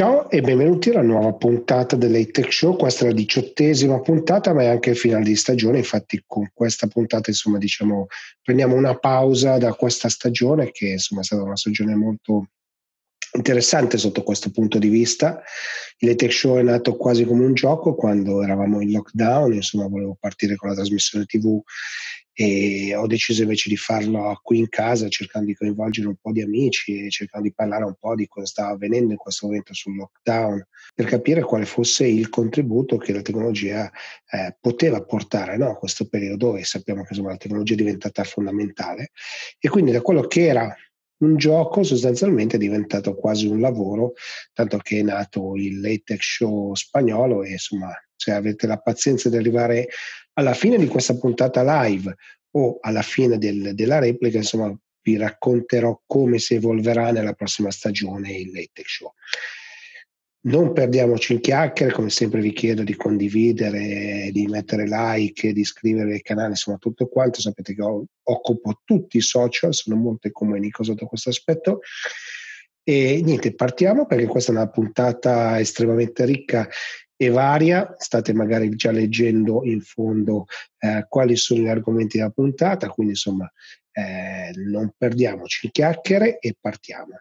Ciao e benvenuti alla nuova puntata dell'High-Tech Show. Questa è la 18ª puntata, ma è anche il finale di stagione. Infatti con questa puntata, prendiamo una pausa da questa stagione che, è stata una stagione molto interessante sotto questo punto di vista. Il High-Tech Show è nato quasi come un gioco quando eravamo in lockdown, volevo partire con la trasmissione TV e ho deciso invece di farlo qui in casa, cercando di coinvolgere un po' di amici e cercando di parlare un po' di cosa stava avvenendo in questo momento sul lockdown, per capire quale fosse il contributo che la tecnologia poteva portare, no, a questo periodo. E sappiamo che la tecnologia è diventata fondamentale, e quindi da quello che era un gioco sostanzialmente è diventato quasi un lavoro, tanto che è nato il Late Tech Show spagnolo. E se avete la pazienza di arrivare alla fine di questa puntata live o alla fine della replica, vi racconterò come si evolverà nella prossima stagione il Late Tech Show. Non perdiamoci in chiacchiere, come sempre vi chiedo di condividere, di mettere like, di iscrivervi al canale, tutto quanto. Sapete che occupo tutti i social, sono molto ecumenico sotto questo aspetto. E niente, partiamo, perché questa è una puntata estremamente ricca e varia. State magari già leggendo in fondo quali sono gli argomenti della puntata, quindi non perdiamoci in chiacchiere e partiamo.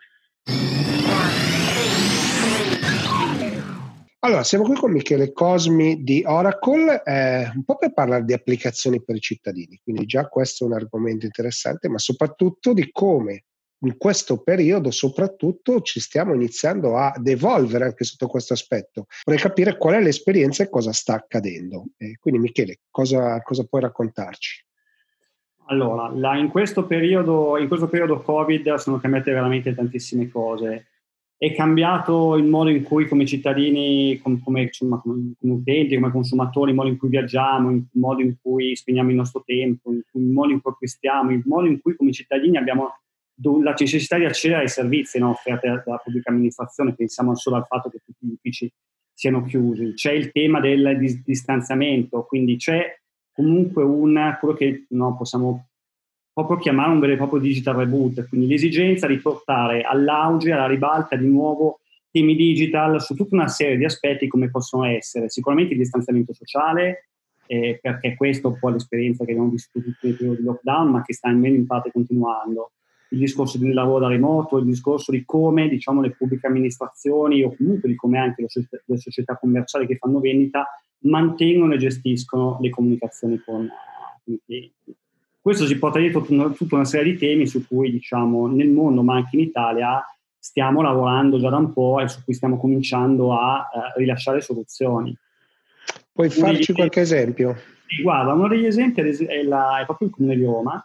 Allora, siamo qui con Michele Cosmi di Oracle, un po' per parlare di applicazioni per i cittadini, quindi già questo è un argomento interessante, ma soprattutto di come in questo periodo soprattutto ci stiamo iniziando ad evolvere anche sotto questo aspetto. Vorrei capire qual è l'esperienza e cosa sta accadendo. Quindi Michele, cosa puoi raccontarci? Allora, in questo periodo Covid sono cambiate veramente tantissime cose. È cambiato il modo in cui come cittadini, come utenti, come consumatori, il modo in cui viaggiamo, il modo in cui spendiamo il nostro tempo, il modo in cui acquistiamo, il modo in cui come cittadini abbiamo la necessità di accedere ai servizi, no, offerti dalla pubblica amministrazione. Pensiamo solo al fatto che tutti gli uffici siano chiusi. C'è il tema del distanziamento, quindi c'è comunque quello che possiamo proprio chiamare un vero e proprio digital reboot, quindi l'esigenza di portare all'auge, alla ribalta di nuovo temi digital su tutta una serie di aspetti, come possono essere sicuramente il distanziamento sociale, perché questo è un po' l'esperienza che abbiamo vissuto tutti nei periodi di lockdown, ma che sta almeno in parte continuando. Il discorso del lavoro da remoto, il discorso di come le pubbliche amministrazioni o comunque di come anche le società commerciali che fanno vendita mantengono e gestiscono le comunicazioni con i clienti. Questo si porta dietro tutta una serie di temi su cui nel mondo, ma anche in Italia, stiamo lavorando già da un po' e su cui stiamo cominciando a rilasciare soluzioni. Puoi farci qualche esempio? Guarda, uno degli esempi è proprio il Comune di Roma,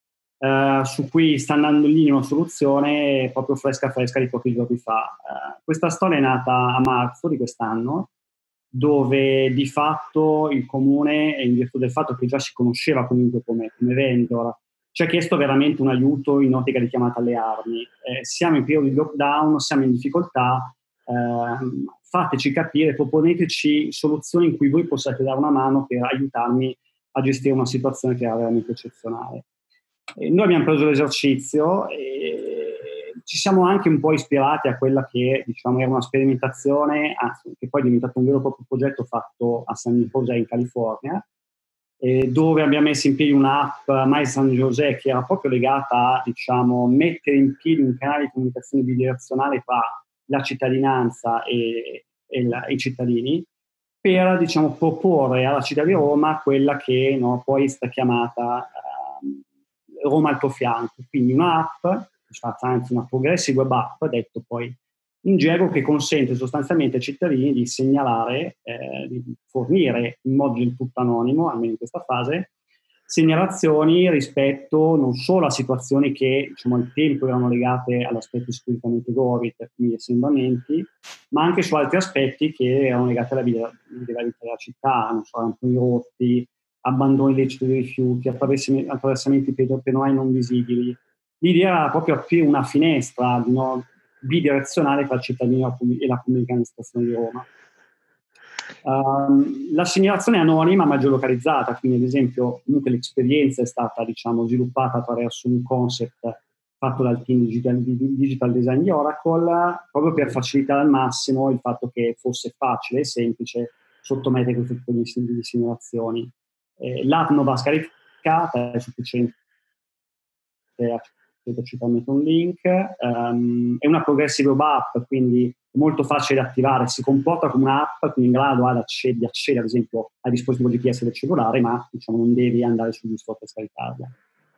su cui sta andando in linea una soluzione proprio fresca di pochi giorni fa. Questa storia è nata a marzo di quest'anno, dove di fatto il comune, in virtù del fatto che già si conosceva comunque come vendor, ci ha chiesto veramente un aiuto in ottica di chiamata alle armi. Siamo in periodo di lockdown, siamo in difficoltà, fateci capire, proponeteci soluzioni in cui voi possiate dare una mano per aiutarmi a gestire una situazione che era veramente eccezionale. Noi abbiamo preso l'esercizio e ci siamo anche un po' ispirati a quella che era una sperimentazione, che poi è diventato un vero e proprio progetto fatto a San José in California, dove abbiamo messo in piedi un'app, My San José, che era proprio legata a mettere in piedi un canale di comunicazione bidirezionale tra la cittadinanza e i cittadini, per proporre alla città di Roma quella che poi è stata chiamata Roma al tuo fianco, quindi un'app, anzi una progressive web app, detto poi in gergo, che consente sostanzialmente ai cittadini di segnalare, di fornire in modo del tutto anonimo, almeno in questa fase, segnalazioni rispetto non solo a situazioni che al tempo erano legate all'aspetto squisitamente Covid, quindi assembramenti, ma anche su altri aspetti che erano legati alla vita della città, non so, rampi rotti, abbandono illecito di rifiuti, attraversamenti pedonali non visibili. L'idea era proprio aprire una finestra bidirezionale tra il cittadino e la pubblica amministrazione di Roma. La segnalazione è anonima ma geolocalizzata, quindi ad esempio comunque l'esperienza è stata sviluppata attraverso un concept fatto dal team digital design di Oracle, proprio per facilitare al massimo il fatto che fosse facile e semplice sottomettere questo tipo di simulazioni. L'app non va scaricata, è sufficiente metto un link. È una progressive web app, quindi è molto facile da attivare, si comporta come un'app, quindi in grado di accedere ad esempio al dispositivo GPS del cellulare, ma diciamo non devi andare sugli store per scaricarla.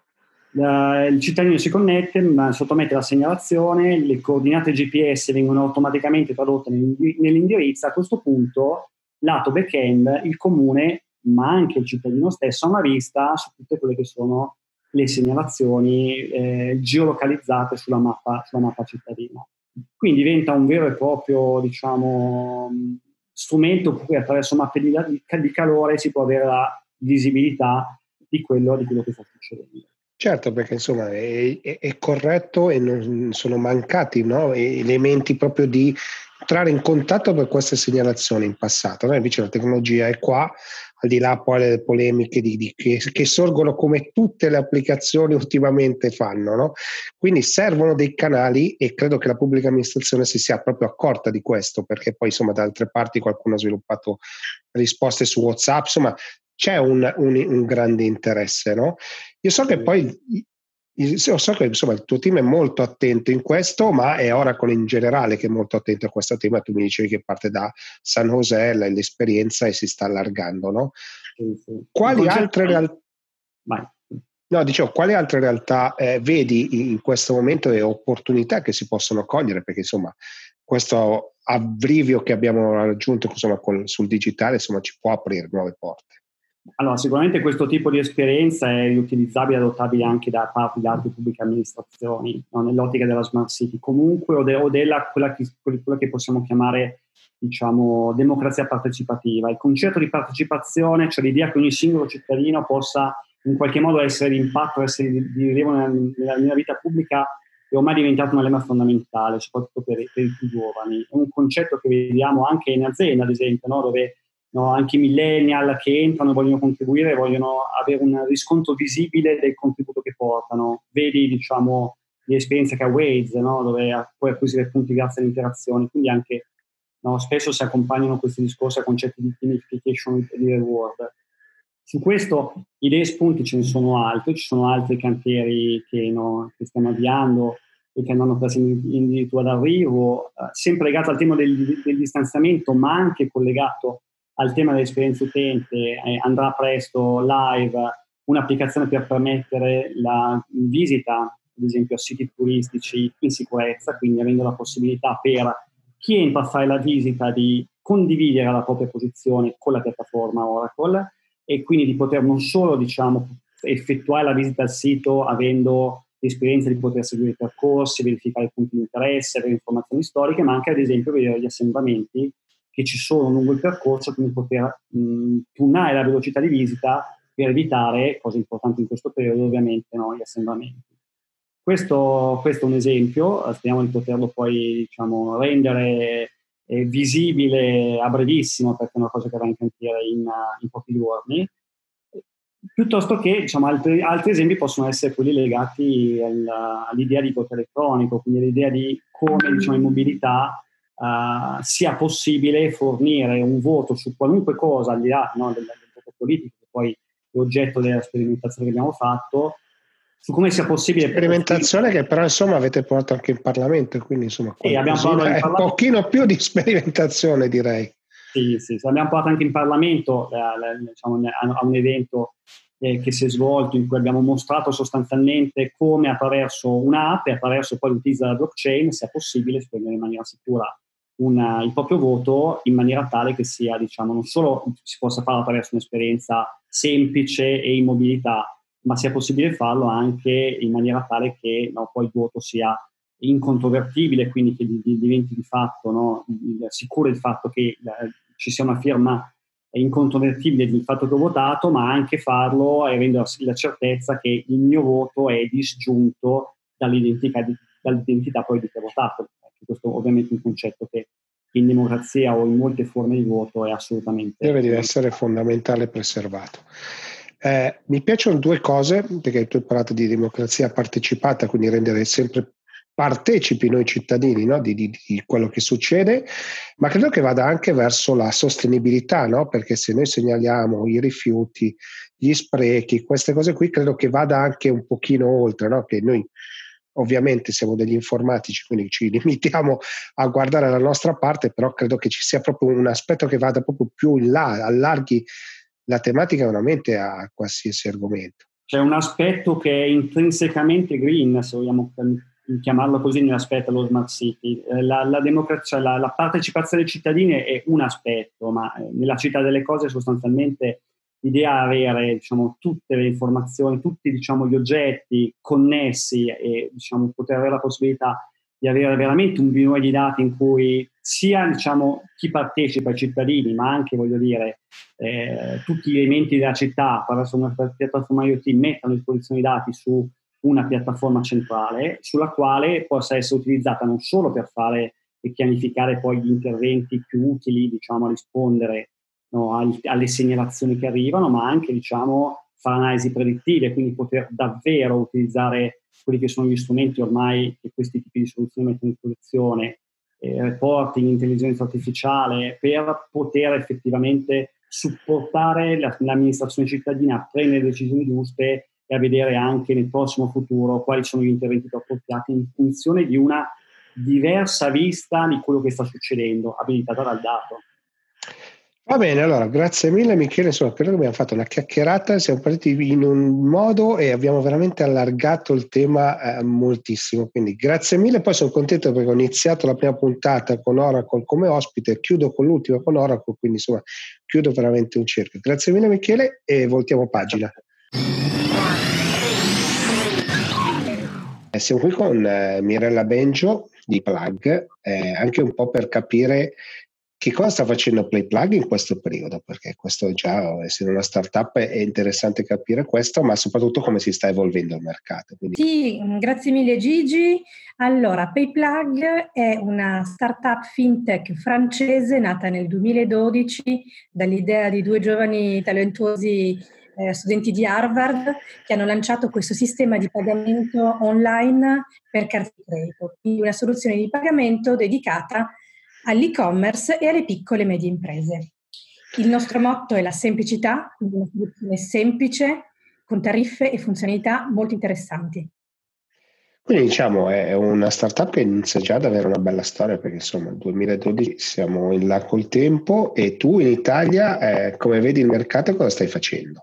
Il cittadino si connette, sottomette la segnalazione, le coordinate GPS vengono automaticamente tradotte nell'indirizzo. A questo punto, lato back-end, il comune, ma anche il cittadino stesso, ha una vista su tutte quelle che sono le segnalazioni geolocalizzate sulla mappa cittadina. Quindi diventa un vero e proprio, diciamo, strumento per cui attraverso mappe di calore si può avere la visibilità di quello che sta succedendo. Certo, perché insomma è corretto e non sono mancati, no, elementi proprio di entrare in contatto per queste segnalazioni in passato, no? Invece la tecnologia è qua, al di là poi delle polemiche che sorgono come tutte le applicazioni ultimamente fanno, no? Quindi servono dei canali e credo che la pubblica amministrazione si sia proprio accorta di questo, perché poi insomma da altre parti qualcuno ha sviluppato risposte su WhatsApp, insomma c'è un grande interesse, no? Io so che poi so che insomma il tuo team è molto attento in questo, ma è Oracle in generale che è molto attento a questo tema. Tu mi dicevi che parte da San José l'esperienza e si sta allargando, no? Sì. Quali altre realtà? Vai. No, dicevo, quali altre realtà vedi in questo momento e opportunità che si possono cogliere? Perché insomma questo abbrivio che abbiamo raggiunto insomma, sul digitale insomma, ci può aprire nuove porte. Allora, sicuramente questo tipo di esperienza è riutilizzabile e adottabile anche da parte di altre pubbliche amministrazioni, no? Nell'ottica della smart city, comunque, o della quella che possiamo chiamare, diciamo, democrazia partecipativa. Il concetto di partecipazione, cioè l'idea che ogni singolo cittadino possa in qualche modo essere di impatto, essere di rilievo nella vita pubblica, è ormai diventato una lema fondamentale, soprattutto per i più giovani. È un concetto che vediamo anche in azienda, ad esempio, no? Dove anche i millennial che entrano e vogliono contribuire, vogliono avere un riscontro visibile del contributo che portano. Vedi, diciamo, le esperienze che ha Waze, no? Dove puoi acquisire punti grazie alle interazioni, quindi anche spesso si accompagnano questi discorsi a concetti di gamification e di reward. Su questo idee e spunti ce ne sono altri, ci sono altri cantieri che stiamo avviando e che andranno presi addirittura d'arrivo, sempre legato al tema del distanziamento, ma anche collegato al tema dell'esperienza utente. Andrà presto live un'applicazione per permettere la visita, ad esempio, a siti turistici in sicurezza, quindi avendo la possibilità per chi entra a fare la visita di condividere la propria posizione con la piattaforma Oracle e quindi di poter non solo, diciamo, effettuare la visita al sito avendo l'esperienza di poter seguire i percorsi, verificare i punti di interesse, avere informazioni storiche, ma anche ad esempio vedere gli assemblamenti che ci sono lungo il percorso, quindi poter tunnare la velocità di visita per evitare, cosa importante in questo periodo ovviamente, gli assemblamenti. Questo è un esempio, speriamo di poterlo poi, diciamo, rendere visibile a brevissimo, perché è una cosa che va in cantiere in pochi giorni. Piuttosto che, diciamo, altri esempi possono essere quelli legati all'idea di voto elettronico, quindi l'idea di come, diciamo, in mobilità sia possibile fornire un voto su qualunque cosa, al di là del voto politico, che poi è oggetto della sperimentazione che abbiamo fatto, su come sia possibile. Sperimentazione che però insomma avete portato anche in Parlamento, quindi insomma abbiamo è un pochino più di sperimentazione, direi. Sì, abbiamo parlato anche in Parlamento diciamo, a un evento che si è svolto, in cui abbiamo mostrato sostanzialmente come attraverso un'app e attraverso poi l'utilizzo della blockchain sia possibile spendere in maniera sicura il proprio voto, in maniera tale che sia, diciamo, non solo si possa farlo attraverso un'esperienza semplice e in mobilità, ma sia possibile farlo anche in maniera tale che poi il voto sia incontrovertibile, quindi che diventi di fatto sicuro il fatto che ci sia una firma incontrovertibile del fatto che ho votato, ma anche farlo avendo la certezza che il mio voto è disgiunto dall'identità poi di chi ha votato. Questo ovviamente è un concetto che in democrazia o in molte forme di voto è assolutamente deve essere fondamentale e preservato. Mi piacciono due cose, perché tu hai parlato di democrazia partecipata, quindi rendere sempre partecipi noi cittadini, no? Di quello che succede, ma credo che vada anche verso la sostenibilità, no? Perché se noi segnaliamo i rifiuti, gli sprechi, queste cose qui, credo che vada anche un pochino oltre, no? Che noi ovviamente siamo degli informatici, quindi ci limitiamo a guardare la nostra parte, però credo che ci sia proprio un aspetto che vada proprio più in là, allarghi la tematica veramente a qualsiasi argomento. C'è un aspetto che è intrinsecamente green, se vogliamo chiamarlo così, nell'aspetto dello smart city. La democrazia, la partecipazione dei cittadini è un aspetto, ma nella città delle cose sostanzialmente l'idea è avere, diciamo, tutte le informazioni, tutti, diciamo, gli oggetti connessi e, diciamo, poter avere la possibilità di avere veramente un binomio di dati in cui sia, diciamo, chi partecipa, i cittadini, ma anche, voglio dire, tutti gli elementi della città attraverso una piattaforma IoT mettono a disposizione i dati su una piattaforma centrale sulla quale possa essere utilizzata non solo per fare e pianificare poi gli interventi più utili, diciamo, a rispondere, no, alle segnalazioni che arrivano, ma anche, diciamo, fare analisi predittive, quindi poter davvero utilizzare quelli che sono gli strumenti ormai che questi tipi di soluzioni mettono a disposizione, reporting, intelligenza artificiale, per poter effettivamente supportare l'amministrazione cittadina a prendere decisioni giuste e a vedere anche nel prossimo futuro quali sono gli interventi più appropriati in funzione di una diversa vista di quello che sta succedendo, abilitata dal dato. Va bene, allora, grazie mille Michele, insomma, credo che abbiamo fatto una chiacchierata, siamo partiti in un modo e abbiamo veramente allargato il tema moltissimo, quindi grazie mille, poi sono contento perché ho iniziato la prima puntata con Oracle come ospite, chiudo con l'ultima con Oracle, quindi insomma chiudo veramente un cerchio. Grazie mille Michele e voltiamo pagina. Siamo qui con Mirella Bengio di Plug, anche un po' per capire che cosa sta facendo PlayPlug in questo periodo, perché questo già, essendo una startup, è interessante capire questo, ma soprattutto come si sta evolvendo il mercato. Quindi... Sì, grazie mille Gigi. Allora, PayPlug è una startup fintech francese nata nel 2012 dall'idea di due giovani talentuosi studenti di Harvard che hanno lanciato questo sistema di pagamento online per carte di credito, quindi una soluzione di pagamento dedicata all'e-commerce e alle piccole e medie imprese. Il nostro motto è la semplicità, quindi una soluzione semplice con tariffe e funzionalità molto interessanti. Quindi diciamo è una startup che inizia già ad avere una bella storia, perché insomma nel 2012 siamo in là col tempo e tu in Italia come vedi il mercato cosa stai facendo?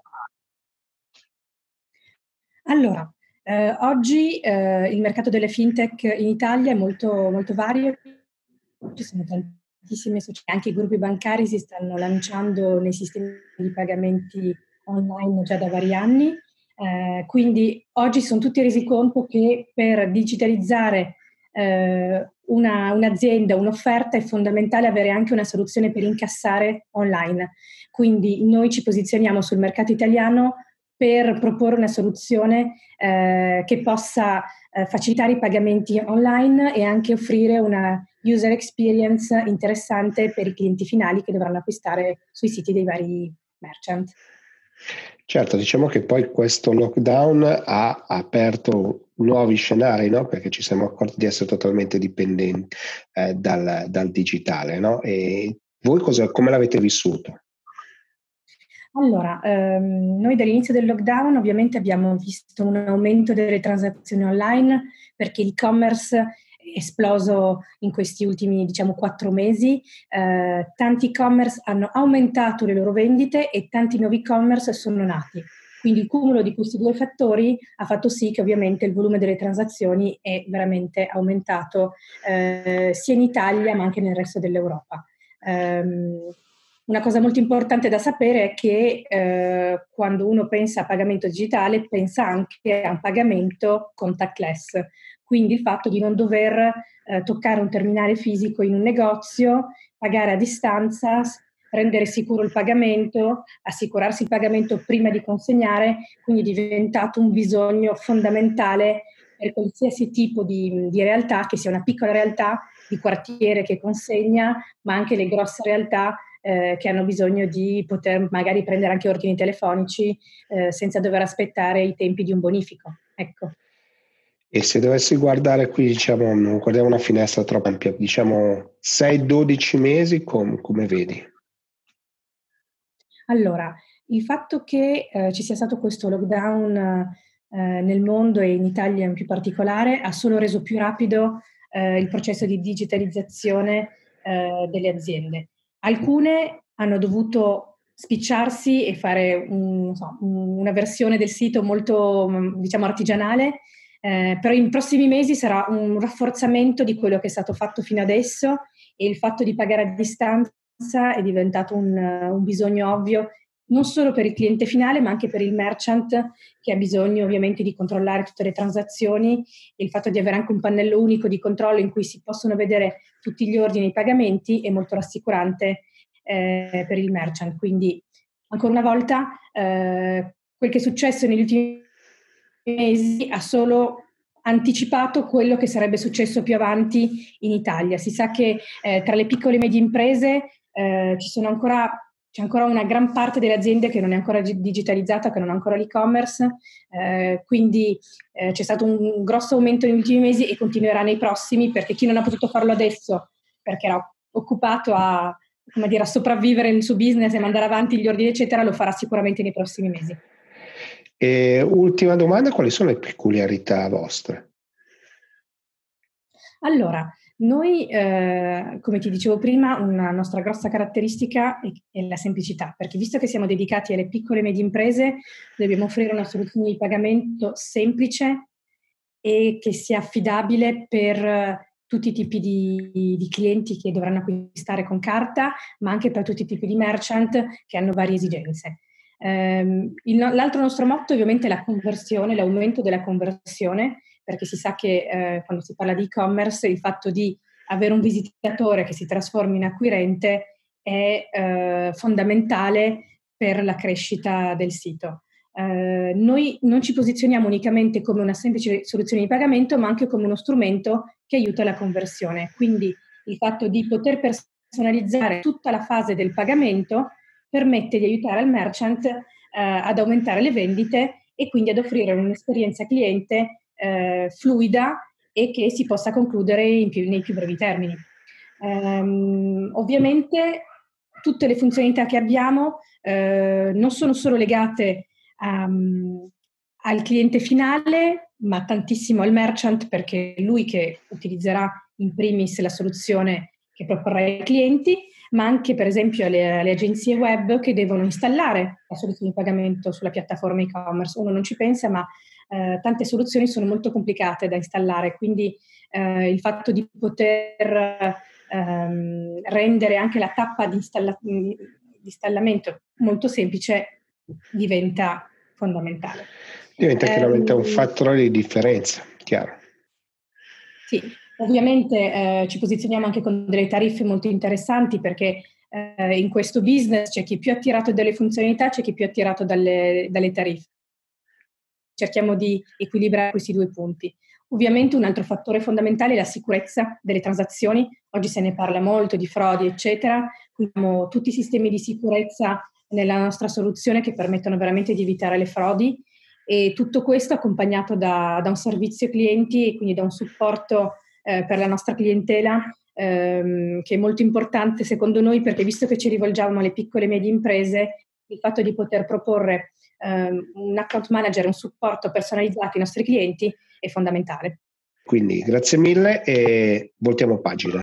Allora, oggi il mercato delle fintech in Italia è molto, molto vario, ci sono tantissime società, anche i gruppi bancari si stanno lanciando nei sistemi di pagamenti online già da vari anni, quindi oggi sono tutti resi conto che per digitalizzare un'azienda, un'offerta è fondamentale avere anche una soluzione per incassare online. Quindi noi ci posizioniamo sul mercato italiano per proporre una soluzione che possa facilitare i pagamenti online e anche offrire una user experience interessante per i clienti finali che dovranno acquistare sui siti dei vari merchant. Certo, diciamo che poi questo lockdown ha aperto nuovi scenari, no? Perché ci siamo accorti di essere totalmente dipendenti dal digitale, no? E voi come l'avete vissuto? Allora, noi dall'inizio del lockdown ovviamente abbiamo visto un aumento delle transazioni online perché l'e-commerce è esploso in questi ultimi, diciamo, 4 mesi. Tanti e-commerce hanno aumentato le loro vendite e tanti nuovi e-commerce sono nati. Quindi il cumulo di questi due fattori ha fatto sì che ovviamente il volume delle transazioni è veramente aumentato sia in Italia ma anche nel resto dell'Europa. Una cosa molto importante da sapere è che quando uno pensa a pagamento digitale pensa anche a un pagamento contactless, quindi il fatto di non dover toccare un terminale fisico in un negozio, pagare a distanza, rendere sicuro il pagamento, assicurarsi il pagamento prima di consegnare, quindi è diventato un bisogno fondamentale per qualsiasi tipo di realtà, che sia una piccola realtà di quartiere che consegna, ma anche le grosse realtà che hanno bisogno di poter magari prendere anche ordini telefonici senza dover aspettare i tempi di un bonifico. Ecco. E se dovessi guardare qui, diciamo, non guardiamo una finestra troppo ampia, diciamo 6-12 mesi, come vedi? Allora, il fatto che ci sia stato questo lockdown nel mondo e in Italia in più particolare ha solo reso più rapido il processo di digitalizzazione delle aziende. Alcune hanno dovuto spicciarsi e fare una versione del sito molto, diciamo, artigianale, però in prossimi mesi sarà un rafforzamento di quello che è stato fatto fino adesso, e il fatto di pagare a distanza è diventato un bisogno ovvio non solo per il cliente finale ma anche per il merchant, che ha bisogno ovviamente di controllare tutte le transazioni, e il fatto di avere anche un pannello unico di controllo in cui si possono vedere tutti gli ordini e i pagamenti è molto rassicurante per il merchant. Quindi ancora una volta quel che è successo negli ultimi mesi ha solo anticipato quello che sarebbe successo più avanti in Italia. Si sa che tra le piccole e medie imprese c'è ancora una gran parte delle aziende che non è ancora digitalizzata, che non ha ancora l'e-commerce, quindi c'è stato un grosso aumento negli ultimi mesi e continuerà nei prossimi, perché chi non ha potuto farlo adesso perché era occupato a sopravvivere nel suo business e mandare avanti gli ordini eccetera, lo farà sicuramente nei prossimi mesi. E ultima domanda, quali sono le peculiarità vostre? Allora, noi, come ti dicevo prima, una nostra grossa caratteristica è la semplicità, perché visto che siamo dedicati alle piccole e medie imprese, dobbiamo offrire una soluzione di pagamento semplice e che sia affidabile per tutti i tipi di clienti che dovranno acquistare con carta, ma anche per tutti i tipi di merchant che hanno varie esigenze. L'altro nostro motto ovviamente è la conversione, l'aumento della conversione, perché si sa che quando si parla di e-commerce il fatto di avere un visitatore che si trasformi in acquirente è fondamentale per la crescita del sito. Noi non ci posizioniamo unicamente come una semplice soluzione di pagamento, ma anche come uno strumento che aiuta la conversione. Quindi il fatto di poter personalizzare tutta la fase del pagamento permette di aiutare il merchant ad aumentare le vendite e quindi ad offrire un'esperienza cliente fluida e che si possa concludere nei più brevi termini. Ovviamente tutte le funzionalità che abbiamo non sono solo legate al cliente finale, ma tantissimo al merchant, perché è lui che utilizzerà in primis la soluzione che proporrà ai clienti, ma anche per esempio alle agenzie web che devono installare la soluzione di pagamento sulla piattaforma e-commerce. Uno non ci pensa, ma tante soluzioni sono molto complicate da installare, quindi il fatto di poter rendere anche la tappa di installamento molto semplice diventa fondamentale. Diventa chiaramente un fattore di differenza, chiaro. Sì, ovviamente ci posizioniamo anche con delle tariffe molto interessanti, perché in questo business c'è chi è più attirato dalle funzionalità, c'è chi è più attirato dalle tariffe. Cerchiamo di equilibrare questi due punti. Ovviamente un altro fattore fondamentale è la sicurezza delle transazioni. Oggi se ne parla molto di frodi, eccetera. Abbiamo tutti i sistemi di sicurezza nella nostra soluzione che permettono veramente di evitare le frodi, e tutto questo accompagnato da un servizio clienti e quindi da un supporto per la nostra clientela che è molto importante secondo noi, perché visto che ci rivolgiamo alle piccole e medie imprese, il fatto di poter proporre un account manager, un supporto personalizzato ai nostri clienti è fondamentale. Quindi grazie mille e voltiamo pagina.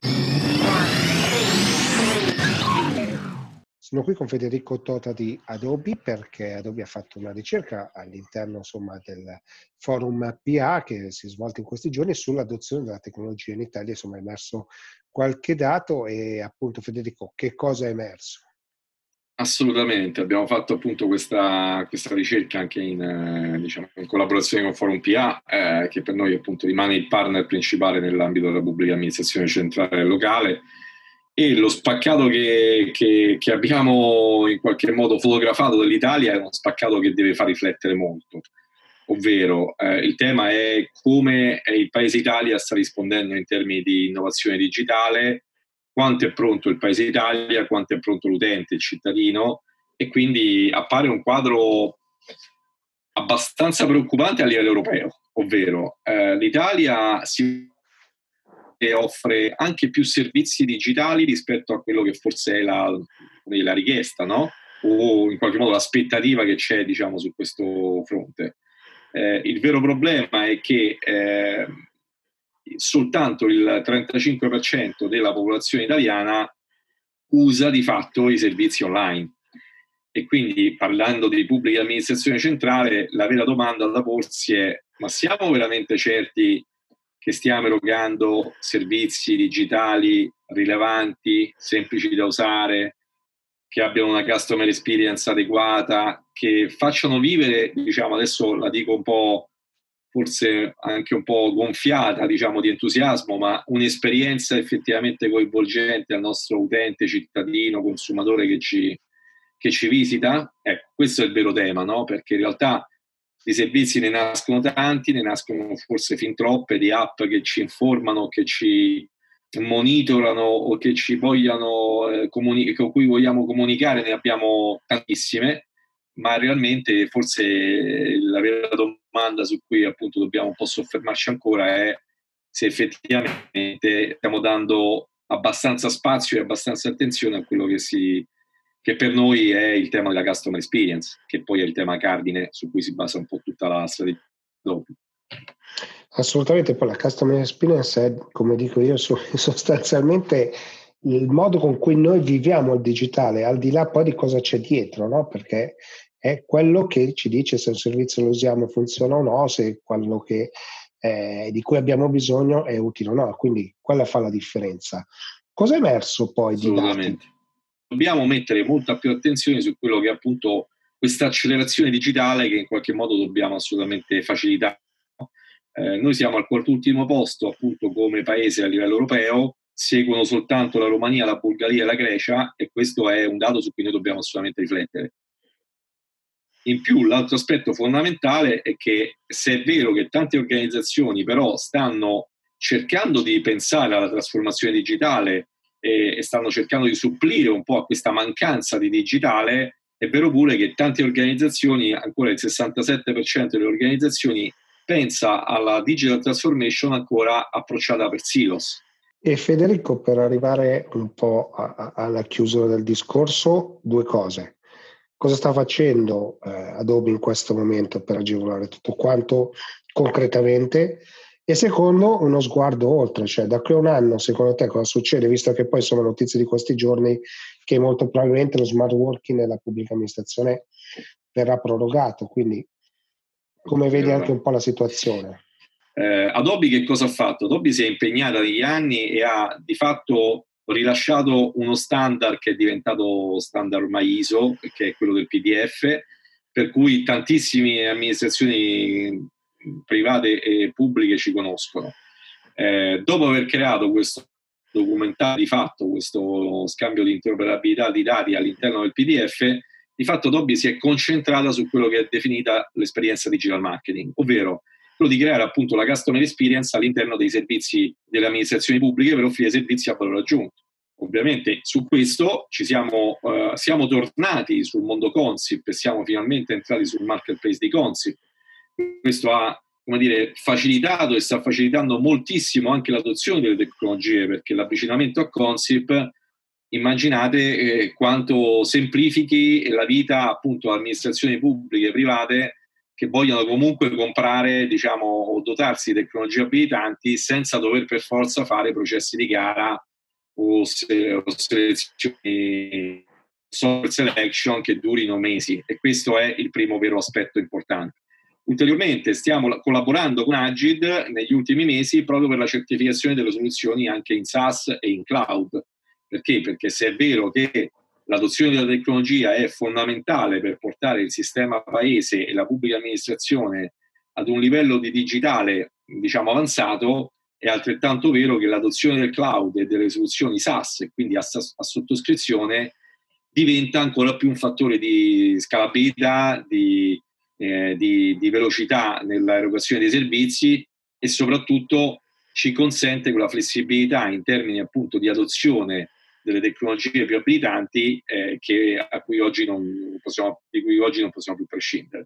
Sono qui con Federico Tota di Adobe, perché Adobe ha fatto una ricerca all'interno del forum PA che si è svolto in questi giorni sull'adozione della tecnologia in Italia. Insomma, è emerso qualche dato e appunto Federico, che cosa è emerso? Assolutamente, abbiamo fatto appunto questa ricerca anche in collaborazione con Forum PA, che per noi appunto rimane il partner principale nell'ambito della pubblica amministrazione centrale e locale, e lo spaccato che abbiamo in qualche modo fotografato dell'Italia è uno spaccato che deve far riflettere molto, ovvero il tema è come il paese Italia sta rispondendo in termini di innovazione digitale quanto è pronto il Paese Italia, quanto è pronto l'utente, il cittadino, e quindi appare un quadro abbastanza preoccupante a livello europeo, ovvero l'Italia si offre anche più servizi digitali rispetto a quello che forse è la richiesta, no? O in qualche modo l'aspettativa che c'è, diciamo, su questo fronte. Il vero problema è che soltanto il 35% della popolazione italiana usa di fatto i servizi online. E quindi, parlando di pubblica amministrazione centrale, la vera domanda da porsi è: ma siamo veramente certi che stiamo erogando servizi digitali rilevanti, semplici da usare, che abbiano una customer experience adeguata, che facciano vivere, diciamo, adesso la dico un po', forse anche un po' gonfiata, diciamo, di entusiasmo, ma un'esperienza effettivamente coinvolgente al nostro utente, cittadino, consumatore che ci visita? Ecco, questo è il vero tema, no? Perché in realtà di servizi ne nascono tanti, ne nascono forse fin troppe, di app che ci informano, che ci monitorano o che ci vogliano con cui vogliamo comunicare, ne abbiamo tantissime, ma realmente forse la vera domanda su cui appunto dobbiamo un po' soffermarci ancora è se effettivamente stiamo dando abbastanza spazio e abbastanza attenzione a quello che per noi è il tema della customer experience, che poi è il tema cardine su cui si basa un po' tutta la strategia. Assolutamente, poi la customer experience è, come dico io, sostanzialmente il modo con cui noi viviamo il digitale, al di là poi di cosa c'è dietro, no? Perché è quello che ci dice se un servizio lo usiamo funziona o no, se quello che di cui abbiamo bisogno è utile o no, quindi quella fa la differenza. Cosa è emerso poi di dati? Dobbiamo mettere molta più attenzione su quello che è appunto questa accelerazione digitale che in qualche modo dobbiamo assolutamente facilitare. Noi siamo al quartultimo posto appunto come paese a livello europeo, seguono soltanto la Romania, la Bulgaria e la Grecia, e questo è un dato su cui noi dobbiamo assolutamente riflettere. In più, l'altro aspetto fondamentale è che, se è vero che tante organizzazioni però stanno cercando di pensare alla trasformazione digitale e stanno cercando di supplire un po' a questa mancanza di digitale, è vero pure che tante organizzazioni, ancora il 67% delle organizzazioni, pensa alla digital transformation ancora approcciata per silos. E Federico, per arrivare un po' alla chiusura del discorso, due cose. Cosa sta facendo Adobe in questo momento per agevolare tutto quanto concretamente? E secondo, uno sguardo oltre, cioè da qui a un anno, secondo te cosa succede? Visto che poi sono notizie di questi giorni che molto probabilmente lo smart working nella pubblica amministrazione verrà prorogato, quindi come vedi anche un po' la situazione? Adobe che cosa ha fatto? Adobe si è impegnata negli anni e ha di fatto rilasciato uno standard che è diventato standard ormai ISO, che è quello del PDF, per cui tantissime amministrazioni private e pubbliche ci conoscono. Dopo aver creato questo documentario di fatto, questo scambio di interoperabilità di dati all'interno del PDF, di fatto Adobe si è concentrata su quello che è definita l'esperienza digital marketing, ovvero quello di creare appunto la customer experience all'interno dei servizi delle amministrazioni pubbliche per offrire servizi a valore aggiunto. Ovviamente su questo siamo tornati sul mondo Consip e siamo finalmente entrati sul marketplace di Consip. Questo ha, come dire, facilitato e sta facilitando moltissimo anche l'adozione delle tecnologie, perché l'avvicinamento a Consip, immaginate quanto semplifichi la vita appunto a amministrazioni pubbliche e private che vogliono comunque comprare, diciamo, o dotarsi di tecnologie abilitanti senza dover per forza fare processi di gara o selezioni, software selection che durino mesi, e questo è il primo vero aspetto importante. Ulteriormente stiamo collaborando con Agid negli ultimi mesi proprio per la certificazione delle soluzioni anche in SaaS e in cloud. Perché? Perché se è vero che l'adozione della tecnologia è fondamentale per portare il sistema paese e la pubblica amministrazione ad un livello di digitale, diciamo, avanzato, è altrettanto vero che l'adozione del cloud e delle soluzioni SaaS, e quindi a sottoscrizione, diventa ancora più un fattore di scalabilità, di velocità nell'erogazione dei servizi e soprattutto ci consente quella flessibilità in termini appunto di adozione delle tecnologie più abilitanti di cui oggi non possiamo più prescindere.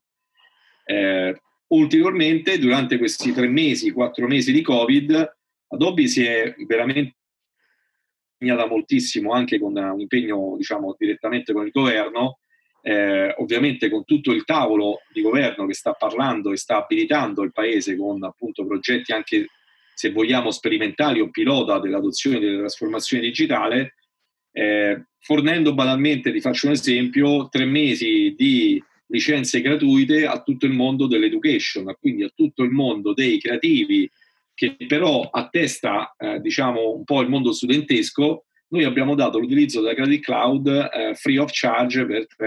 Ulteriormente, durante questi 4 mesi di Covid, Adobe si è veramente impegnata moltissimo, anche con un impegno, diciamo, direttamente con il governo, ovviamente con tutto il tavolo di governo che sta parlando e sta abilitando il paese con appunto progetti anche, se vogliamo, sperimentali o pilota dell'adozione della trasformazione digitale, fornendo banalmente, ti faccio un esempio, 3 mesi di licenze gratuite a tutto il mondo dell'education, quindi a tutto il mondo dei creativi, che però attesta diciamo un po' il mondo studentesco. Noi abbiamo dato l'utilizzo della Credit Cloud free of charge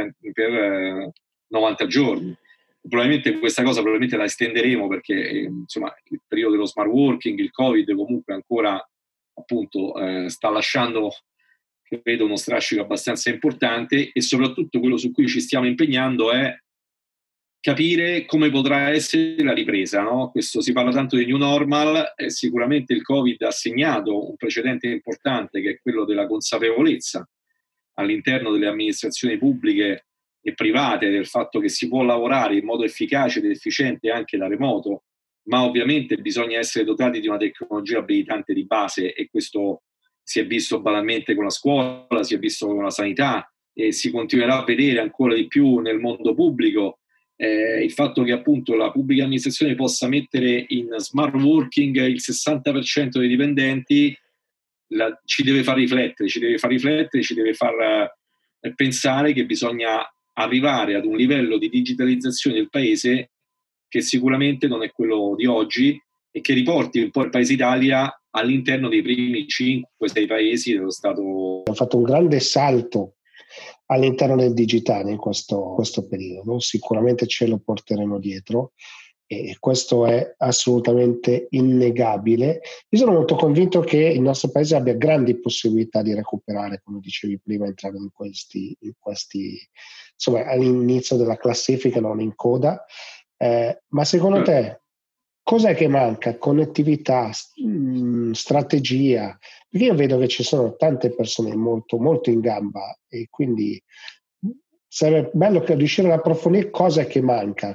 per 90 giorni. Probabilmente questa cosa la estenderemo perché insomma il periodo dello smart working, il Covid comunque ancora appunto sta lasciando, credo, uno strascico abbastanza importante, e soprattutto quello su cui ci stiamo impegnando è capire come potrà essere la ripresa, no? Questo, si parla tanto di new normal, e sicuramente il Covid ha segnato un precedente importante, che è quello della consapevolezza all'interno delle amministrazioni pubbliche e private del fatto che si può lavorare in modo efficace ed efficiente anche da remoto, ma ovviamente bisogna essere dotati di una tecnologia abilitante di base, e questo si è visto banalmente con la scuola, si è visto con la sanità e si continuerà a vedere ancora di più nel mondo pubblico. Il fatto che appunto la pubblica amministrazione possa mettere in smart working il 60% dei dipendenti ci deve far riflettere, ci deve far pensare che bisogna arrivare ad un livello di digitalizzazione del paese che sicuramente non è quello di oggi, e che riporti un po' il paese Italia all'interno dei primi 5-6 paesi dello Stato. Ha fatto un grande salto all'interno del digitale in questo periodo, sicuramente ce lo porteremo dietro e questo è assolutamente innegabile. Io sono molto convinto che il nostro paese abbia grandi possibilità di recuperare, come dicevi prima, entrare in questi insomma all'inizio della classifica, non in coda, ma secondo te cos'è che manca? Connettività, strategia? Perché io vedo che ci sono tante persone molto, molto in gamba, e quindi sarebbe bello riuscire ad approfondire cosa che manca.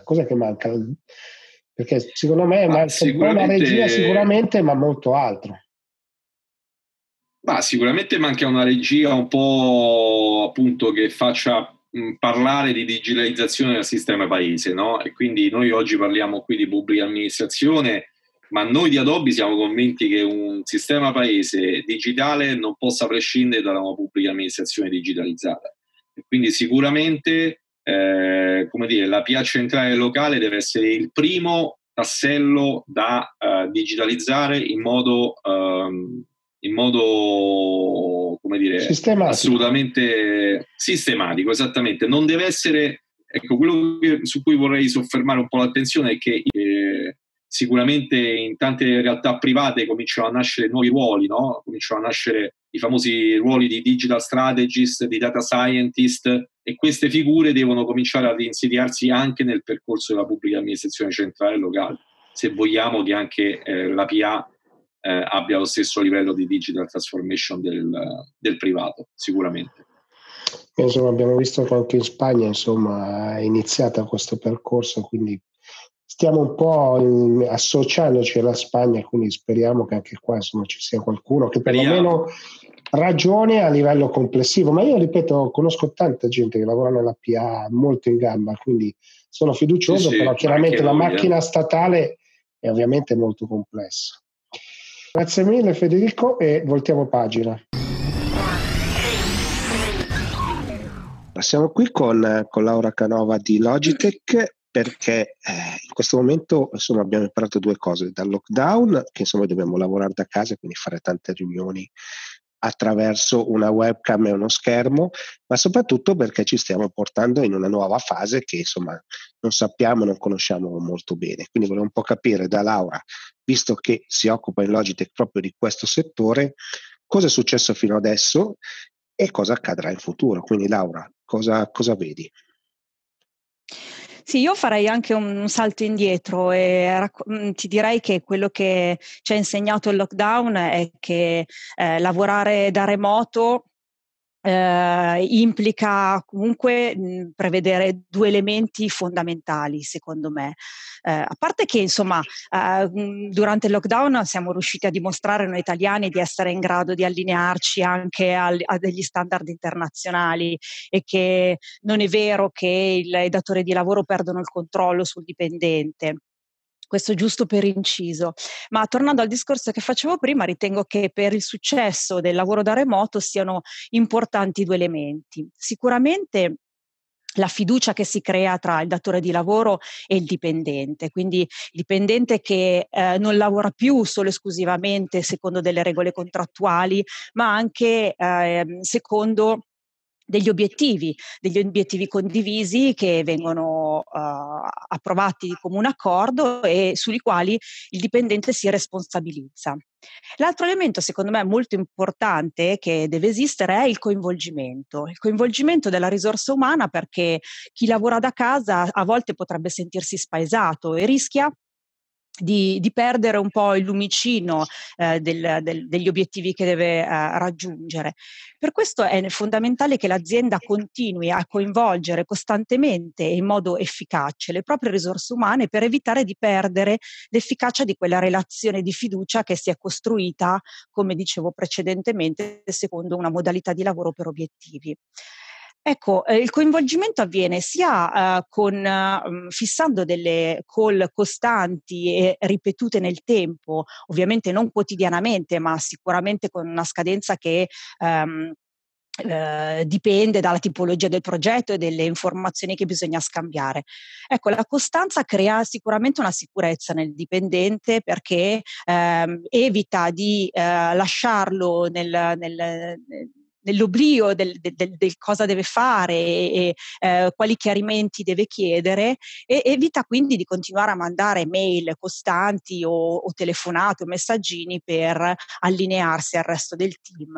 Perché secondo me manca un po' la regia sicuramente, ma molto altro. Sicuramente manca una regia un po' appunto che faccia parlare di digitalizzazione del sistema paese, no? E quindi noi oggi parliamo qui di pubblica amministrazione, ma noi di Adobe siamo convinti che un sistema paese digitale non possa prescindere da una pubblica amministrazione digitalizzata. E quindi sicuramente come dire, la PA centrale locale deve essere il primo tassello da digitalizzare in modo come dire, assolutamente sistematico, esattamente. Non deve essere, ecco, quello su cui vorrei soffermare un po' l'attenzione è che sicuramente in tante realtà private cominciano a nascere nuovi ruoli, no? Cominciano a nascere i famosi ruoli di digital strategist, di data scientist, e queste figure devono cominciare ad insediarsi anche nel percorso della pubblica amministrazione centrale e locale, se vogliamo che anche la PA abbia lo stesso livello di digital transformation del privato, sicuramente. Insomma, abbiamo visto che anche in Spagna è iniziata questo percorso, quindi stiamo un po' associandoci alla Spagna, quindi speriamo che anche qua ci sia qualcuno che perlomeno ragioni a livello complessivo. Ma io ripeto, conosco tanta gente che lavora nella PA molto in gamba, quindi sono fiducioso, però chiaramente la macchina statale è ovviamente molto complessa. Grazie mille Federico, e voltiamo pagina. Siamo qui con Laura Canova di Logitech perché in questo momento abbiamo imparato 2 cose dal lockdown, che dobbiamo lavorare da casa, quindi fare tante riunioni attraverso una webcam e uno schermo, ma soprattutto perché ci stiamo portando in una nuova fase che non sappiamo, non conosciamo molto bene. Quindi volevo un po' capire da Laura, visto che si occupa in Logitech proprio di questo settore, cosa è successo fino adesso e cosa accadrà in futuro. Quindi Laura, cosa vedi? Sì, io farei anche un salto indietro e ti direi che quello che ci ha insegnato il lockdown è che lavorare da remoto implica comunque prevedere due elementi fondamentali, secondo me. A parte che, insomma, durante il lockdown siamo riusciti a dimostrare noi italiani di essere in grado di allinearci anche a degli standard internazionali e che non è vero che i datori di lavoro perdono il controllo sul dipendente. Questo giusto per inciso. Ma tornando al discorso che facevo prima, ritengo che per il successo del lavoro da remoto siano importanti due elementi. Sicuramente la fiducia che si crea tra il datore di lavoro e il dipendente, quindi il dipendente che non lavora più solo esclusivamente secondo delle regole contrattuali, ma anche secondo degli obiettivi condivisi che vengono approvati di comune accordo e sui quali il dipendente si responsabilizza. L'altro elemento, secondo me, molto importante che deve esistere è il coinvolgimento della risorsa umana, perché chi lavora da casa a volte potrebbe sentirsi spaesato e rischia di perdere un po' il lumicino degli obiettivi che deve raggiungere. Per questo è fondamentale che l'azienda continui a coinvolgere costantemente e in modo efficace le proprie risorse umane per evitare di perdere l'efficacia di quella relazione di fiducia che si è costruita, come dicevo precedentemente, secondo una modalità di lavoro per obiettivi. Ecco, il coinvolgimento avviene sia fissando delle call costanti e ripetute nel tempo, ovviamente non quotidianamente, ma sicuramente con una scadenza che dipende dalla tipologia del progetto e delle informazioni che bisogna scambiare. Ecco, la costanza crea sicuramente una sicurezza nel dipendente, perché evita di lasciarlo nell'oblio del cosa deve fare e quali chiarimenti deve chiedere, e evita quindi di continuare a mandare mail costanti o telefonate o messaggini per allinearsi al resto del team.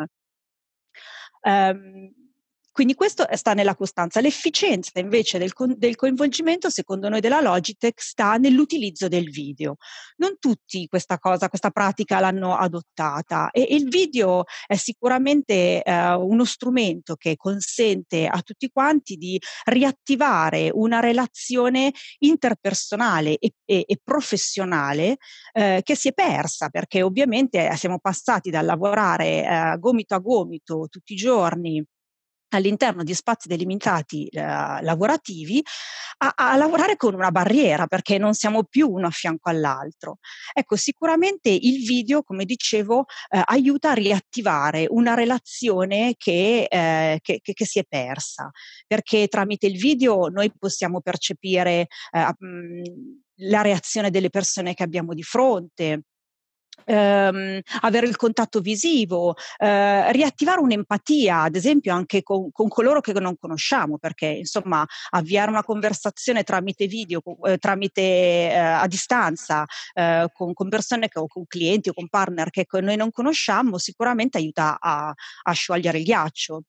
Quindi questo sta nella costanza. L'efficienza invece del coinvolgimento, secondo noi della Logitech, sta nell'utilizzo del video. Non tutti questa pratica l'hanno adottata, e il video è sicuramente uno strumento che consente a tutti quanti di riattivare una relazione interpersonale e professionale che si è persa, perché ovviamente siamo passati dal lavorare gomito a gomito tutti i giorni all'interno di spazi delimitati lavorativi a lavorare con una barriera, perché non siamo più uno a fianco all'altro. Ecco, sicuramente il video, come dicevo, aiuta a riattivare una relazione che si è persa, perché tramite il video noi possiamo percepire la reazione delle persone che abbiamo di fronte, avere il contatto visivo, riattivare un'empatia, ad esempio anche con coloro che non conosciamo, perché insomma avviare una conversazione tramite video, a distanza, con persone o con clienti o con partner che noi non conosciamo, sicuramente aiuta a sciogliere il ghiaccio.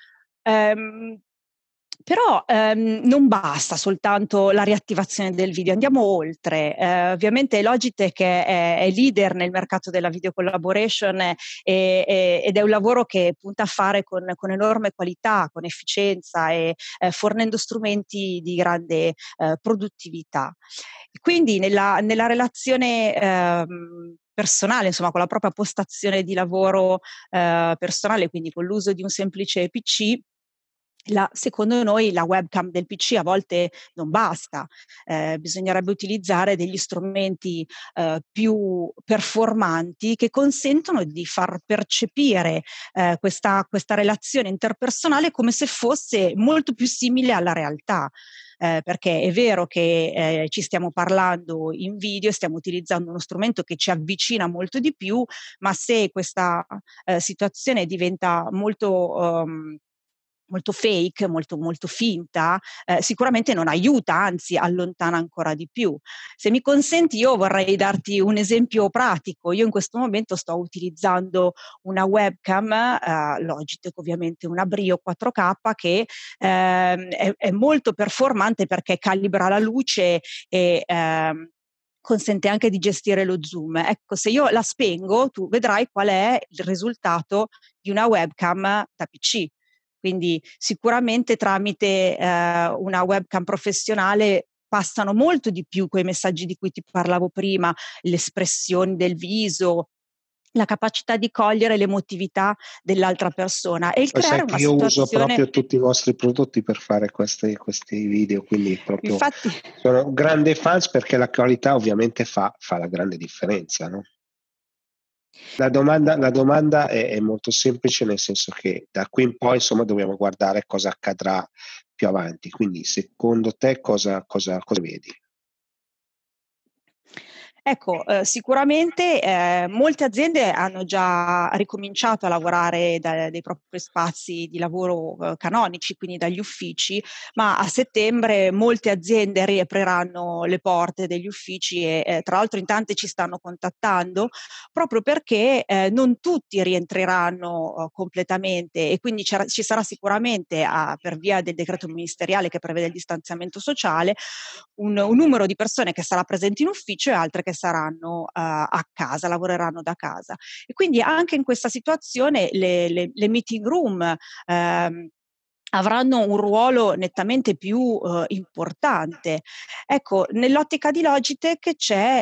Però non basta soltanto la riattivazione del video, andiamo oltre. Ovviamente Logitech è leader nel mercato della video collaboration ed è un lavoro che punta a fare con enorme qualità, con efficienza e fornendo strumenti di grande produttività. Quindi nella relazione personale, insomma, con la propria postazione di lavoro personale, quindi con l'uso di un semplice PC, secondo noi la webcam del PC a volte non basta, bisognerebbe utilizzare degli strumenti più performanti che consentono di far percepire questa relazione interpersonale come se fosse molto più simile alla realtà. Perché è vero che ci stiamo parlando in video, stiamo utilizzando uno strumento che ci avvicina molto di più, ma se questa situazione diventa molto molto fake, molto, molto finta, sicuramente non aiuta, anzi allontana ancora di più. Se mi consenti, io vorrei darti un esempio pratico. Io in questo momento sto utilizzando una webcam, Logitech ovviamente, una Brio 4K che è molto performante perché calibra la luce e consente anche di gestire lo zoom. Ecco, se io la spengo, tu vedrai qual è il risultato di una webcam da PC. Quindi sicuramente tramite una webcam professionale passano molto di più quei messaggi di cui ti parlavo prima, le espressioni del viso, la capacità di cogliere l'emotività dell'altra persona e il Poi creare sai che una io uso situazione. proprio tutti i vostri prodotti per fare questi video, quindi proprio Infatti, sono un grande fan perché la qualità ovviamente fa la grande differenza, no? La domanda è molto semplice, nel senso che da qui in poi insomma dobbiamo guardare cosa accadrà più avanti. Quindi secondo te cosa vedi? ecco, sicuramente molte aziende hanno già ricominciato a lavorare dai propri spazi di lavoro canonici, quindi dagli uffici, ma a settembre molte aziende riapriranno le porte degli uffici e tra l'altro in tante ci stanno contattando proprio perché non tutti rientreranno completamente e quindi ci sarà sicuramente per via del decreto ministeriale che prevede il distanziamento sociale un numero di persone che sarà presente in ufficio e altre che saranno a casa, lavoreranno da casa. E quindi anche in questa situazione le meeting room avranno un ruolo nettamente più importante. Ecco, nell'ottica di Logitech c'è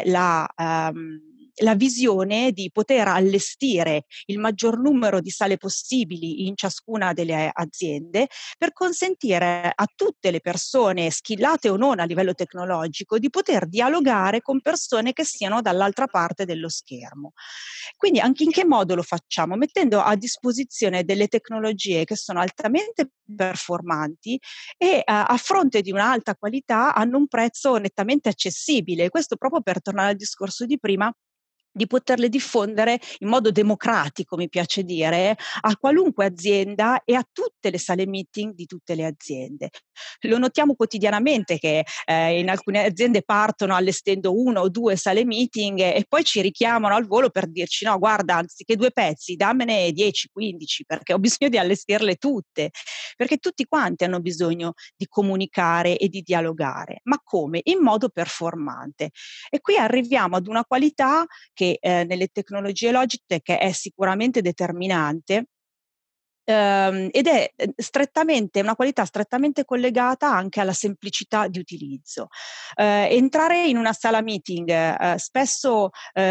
la visione di poter allestire il maggior numero di sale possibili in ciascuna delle aziende per consentire a tutte le persone, skillate o non a livello tecnologico, di poter dialogare con persone che siano dall'altra parte dello schermo. Quindi anche in che modo lo facciamo? Mettendo a disposizione delle tecnologie che sono altamente performanti e a fronte di un'alta qualità hanno un prezzo nettamente accessibile. Questo proprio per tornare al discorso di prima, di poterle diffondere in modo democratico, mi piace dire, a qualunque azienda e a tutte le sale meeting di tutte le aziende. Lo notiamo quotidianamente che in alcune aziende partono allestendo 1 o 2 sale meeting e poi ci richiamano al volo per dirci no, guarda, anziché 2 pezzi, dammene 10, 15, perché ho bisogno di allestirle tutte, perché tutti quanti hanno bisogno di comunicare e di dialogare, ma come? In modo performante. E qui arriviamo ad una qualità che nelle tecnologie Logitech è sicuramente determinante ed è strettamente una qualità strettamente collegata anche alla semplicità di utilizzo. Entrare in una sala meeting spesso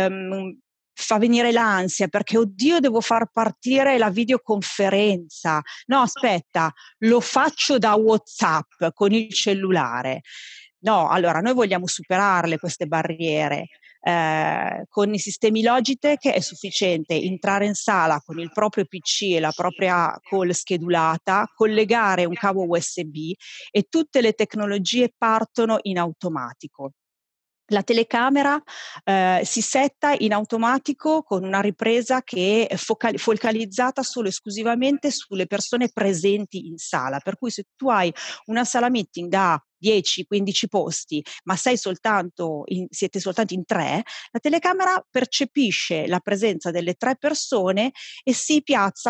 fa venire l'ansia perché oddio devo far partire la videoconferenza. No, aspetta, lo faccio da WhatsApp con il cellulare. No, allora noi vogliamo superarle queste barriere. Con i sistemi Logitech è sufficiente entrare in sala con il proprio PC e la propria call schedulata, collegare un cavo USB e tutte le tecnologie partono in automatico. La telecamera si setta in automatico con una ripresa che è focalizzata solo esclusivamente sulle persone presenti in sala, per cui se tu hai una sala meeting da 10-15 posti, ma siete soltanto in 3, la telecamera percepisce la presenza delle 3 persone e si piazza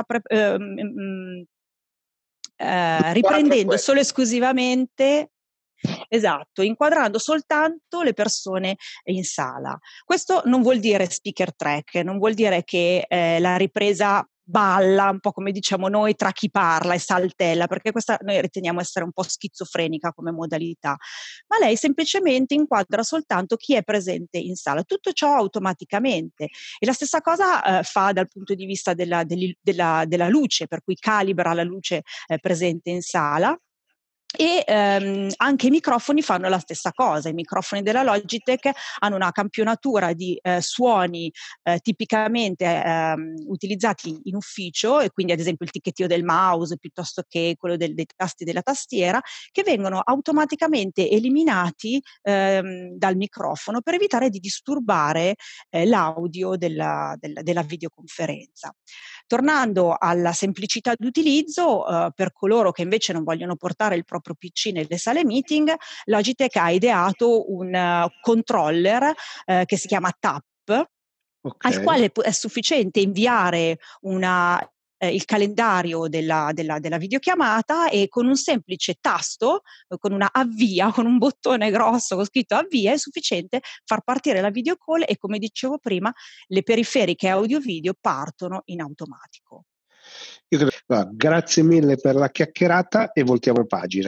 riprendendo solo esclusivamente. Esatto, inquadrando soltanto le persone in sala. Questo non vuol dire speaker track, non vuol dire che la ripresa balla, un po' come diciamo noi, tra chi parla e saltella, perché questa noi riteniamo essere un po' schizofrenica come modalità, ma lei semplicemente inquadra soltanto chi è presente in sala, tutto ciò automaticamente. E la stessa cosa fa dal punto di vista della luce, per cui calibra la luce presente in sala. E anche i microfoni fanno la stessa cosa. I microfoni della Logitech hanno una campionatura di suoni tipicamente utilizzati in ufficio, e quindi ad esempio il ticchettio del mouse piuttosto che quello dei tasti della tastiera, che vengono automaticamente eliminati dal microfono per evitare di disturbare l'audio della videoconferenza. Tornando alla semplicità d'utilizzo, per coloro che invece non vogliono portare il proprio PC nelle sale meeting, Logitech ha ideato un controller che si chiama TAP, al quale è sufficiente inviare il calendario della videochiamata, e con un semplice tasto, con una avvia, con un bottone grosso con scritto avvia, è sufficiente far partire la video call e, come dicevo prima, le periferiche audio-video partono in automatico. Grazie mille per la chiacchierata e voltiamo pagina.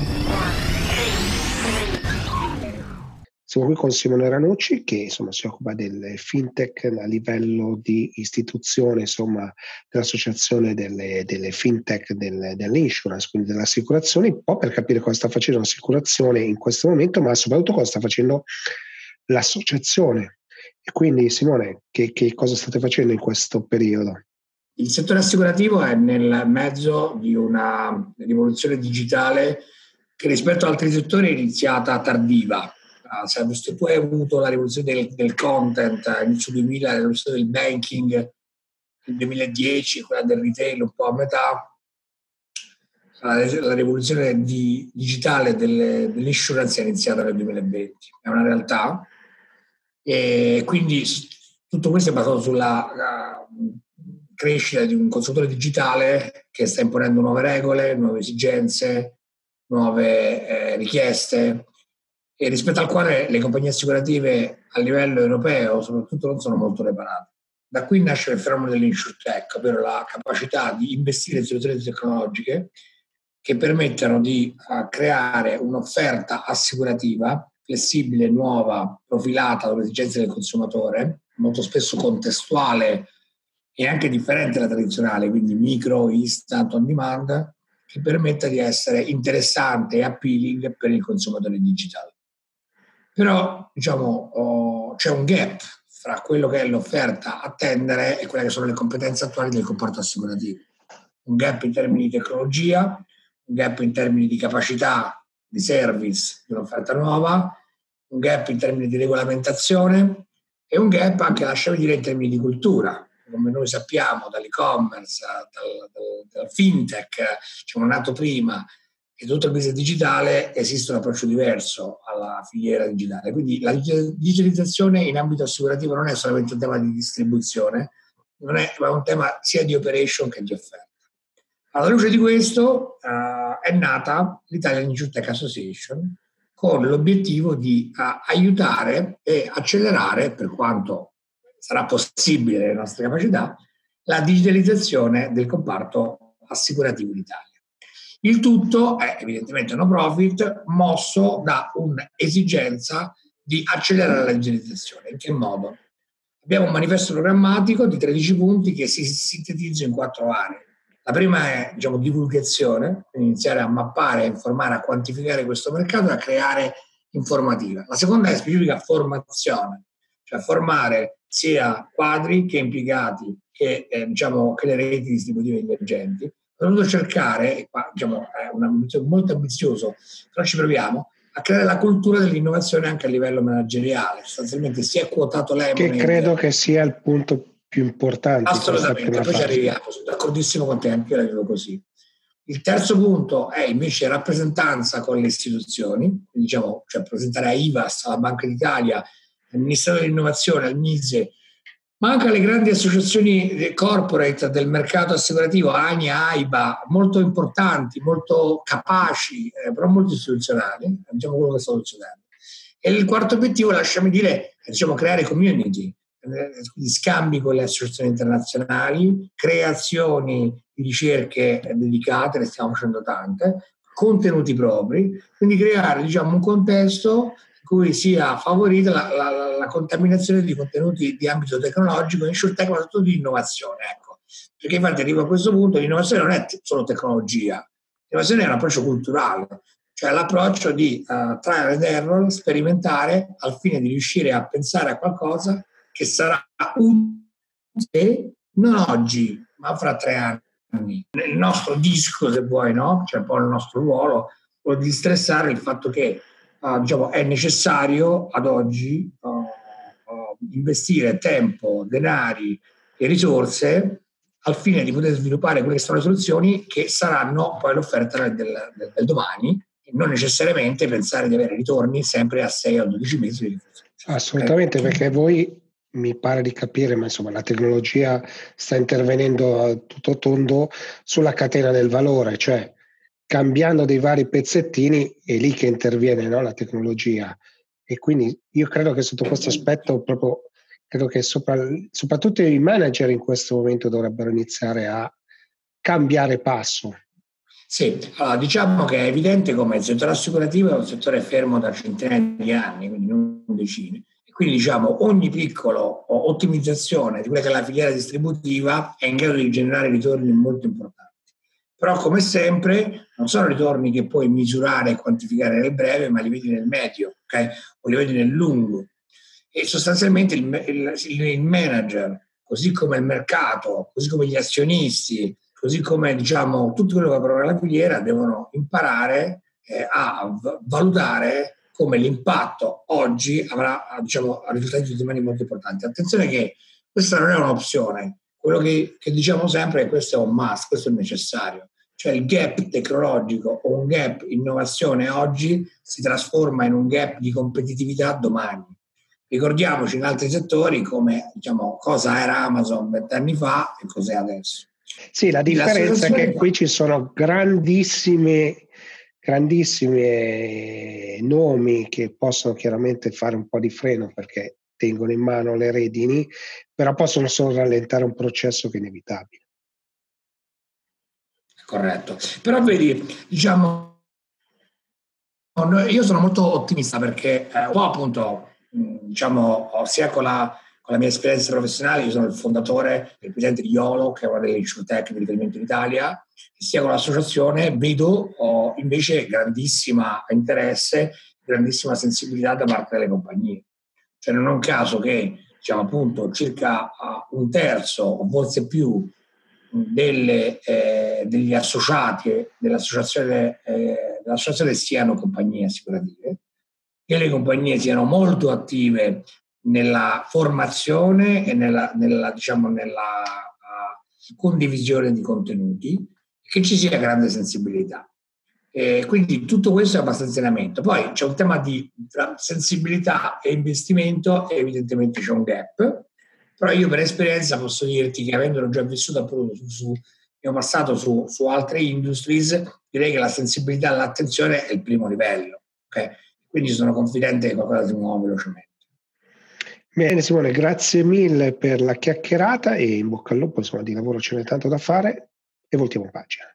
Siamo qui con Simone Ranucci, che insomma si occupa del fintech a livello di istituzione, insomma, dell'associazione delle fintech dell'insurance, quindi delle assicurazioni, un po' per capire cosa sta facendo l'assicurazione in questo momento, ma soprattutto cosa sta facendo l'associazione. E quindi, Simone, che cosa state facendo in questo periodo? Il settore assicurativo è nel mezzo di una rivoluzione digitale che rispetto ad altri settori è iniziata tardiva. Se tu hai avuto la rivoluzione del content all'inizio 2000, la rivoluzione del banking nel 2010, quella del retail un po' a metà, la rivoluzione digitale dell'insurance è iniziata nel 2020. È una realtà, e quindi tutto questo è basato sulla crescita di un consumatore digitale che sta imponendo nuove regole, nuove esigenze, nuove richieste, e rispetto al quale le compagnie assicurative a livello europeo soprattutto non sono molto preparate. Da qui nasce il fenomeno dell'insurtech, ovvero la capacità di investire in soluzioni tecnologiche che permettano di creare un'offerta assicurativa flessibile, nuova, profilata alle esigenze del consumatore, molto spesso contestuale e anche differente dalla tradizionale, quindi micro, instant, on demand, che permetta di essere interessante e appealing per il consumatore digitale. Però, c'è un gap fra quello che è l'offerta a tendere e quelle che sono le competenze attuali del comparto assicurativo. Un gap in termini di tecnologia, un gap in termini di capacità di service di un'offerta nuova, un gap in termini di regolamentazione e un gap anche, lasciami dire, in termini di cultura. Come noi sappiamo dall'e-commerce, dal fintech, nato prima, e tutto il business digitale, esiste un approccio diverso alla filiera digitale. Quindi la digitalizzazione in ambito assicurativo non è solamente un tema di distribuzione, ma è un tema sia di operation che di offerta. Alla luce di questo è nata l'Italian InsurTech Association con l'obiettivo di aiutare e accelerare, per quanto sarà possibile nelle nostre capacità, la digitalizzazione del comparto assicurativo in Italia. Il tutto è evidentemente no profit, mosso da un'esigenza di accelerare la digitalizzazione. In che modo? Abbiamo un manifesto programmatico di 13 punti che si sintetizza in 4 aree. La prima è, divulgazione, quindi iniziare a mappare, a informare, a quantificare questo mercato e a creare informativa. La seconda è specifica formazione, cioè formare sia quadri che impiegati che le reti distributive emergenti. Ho dovuto cercare, e qua è un ambizioso, molto ambizioso, però ci proviamo a creare la cultura dell'innovazione anche a livello manageriale. Sostanzialmente si è quotato che credo che sia il punto più importante. Assolutamente, poi ci arriviamo, sono d'accordissimo con te, anche io la vedo così. Il terzo punto è invece rappresentanza con le istituzioni, quindi presentare a IVAS, alla Banca d'Italia, al Ministero dell'Innovazione, al MISE, ma anche alle grandi associazioni corporate del mercato assicurativo, ANI, AIBA, molto importanti, molto capaci, però molto istituzionali, quello che sta succedendo. E il quarto obiettivo, lasciami dire, è creare community, quindi scambi con le associazioni internazionali, creazioni di ricerche dedicate, ne stiamo facendo tante, contenuti propri, quindi creare un contesto in cui sia favorita la contaminazione di contenuti di ambito tecnologico, insurtech, ma soprattutto di innovazione. Ecco. Perché infatti arrivo a questo punto, l'innovazione non è solo tecnologia, l'innovazione è un approccio culturale, cioè l'approccio di trial and error, sperimentare al fine di riuscire a pensare a qualcosa che sarà utile non oggi, ma fra 3 anni. Nel nostro disco, se vuoi, no? Cioè un po' il nostro ruolo, quello di stressare il fatto che è necessario ad oggi investire tempo, denari e risorse al fine di poter sviluppare quelle che sono le soluzioni che saranno poi l'offerta del domani, e non necessariamente pensare di avere ritorni sempre a 6 o 12 mesi di diffusione. Assolutamente, perché voi, mi pare di capire, ma insomma la tecnologia sta intervenendo a tutto tondo sulla catena del valore, cioè cambiando dei vari pezzettini è lì che interviene, no, la tecnologia. E quindi io credo che sotto questo aspetto proprio credo che soprattutto i manager in questo momento dovrebbero iniziare a cambiare passo. Sì, allora, diciamo che è evidente come il settore assicurativo è un settore fermo da centinaia di anni, quindi non decine. E quindi diciamo ogni piccolo ottimizzazione di quella che è la filiera distributiva è in grado di generare ritorni molto importanti. Però come sempre non sono ritorni che puoi misurare e quantificare nel breve, ma li vedi nel medio, okay? O li vedi nel lungo. E sostanzialmente il manager, così come il mercato, così come gli azionisti, così come diciamo tutto quello che apre la filiera, devono imparare a valutare come l'impatto oggi avrà diciamo risultati tutti molto importanti. Attenzione che questa non è un'opzione, quello che diciamo sempre è che questo è un must, questo è necessario. Cioè il gap tecnologico o un gap innovazione oggi si trasforma in un gap di competitività domani. Ricordiamoci in altri settori come diciamo cosa era Amazon 20 anni fa e cos'è adesso. Sì, la differenza è che qui ci sono grandissimi nomi che possono chiaramente fare un po' di freno perché tengono in mano le redini, però possono solo rallentare un processo che è inevitabile. Corretto. Però vedi, diciamo, io sono molto ottimista perché appunto, diciamo, sia con la mia esperienza professionale, io sono il fondatore e il presidente di IOLO, che è una delle insurtech di riferimento in Italia, sia con l'associazione vedo invece grandissimo interesse, grandissima sensibilità da parte delle compagnie. Cioè non è un caso che diciamo appunto circa un terzo o forse più degli associati dell'associazione siano compagnie assicurative, che le compagnie siano molto attive nella formazione e nella condivisione di contenuti, che ci sia grande sensibilità. Quindi tutto questo è abbastanza in aumento. Poi c'è un tema di sensibilità e investimento e evidentemente c'è un gap, però io per esperienza posso dirti che avendolo già vissuto appunto abbiamo passato su altre industries, direi che la sensibilità e l'attenzione è il primo livello, okay? Quindi sono confidente che qualcosa si muove velocemente. Bene Simone, grazie mille per la chiacchierata e in bocca al lupo, insomma di lavoro ce n'è tanto da fare e voltiamo pagina.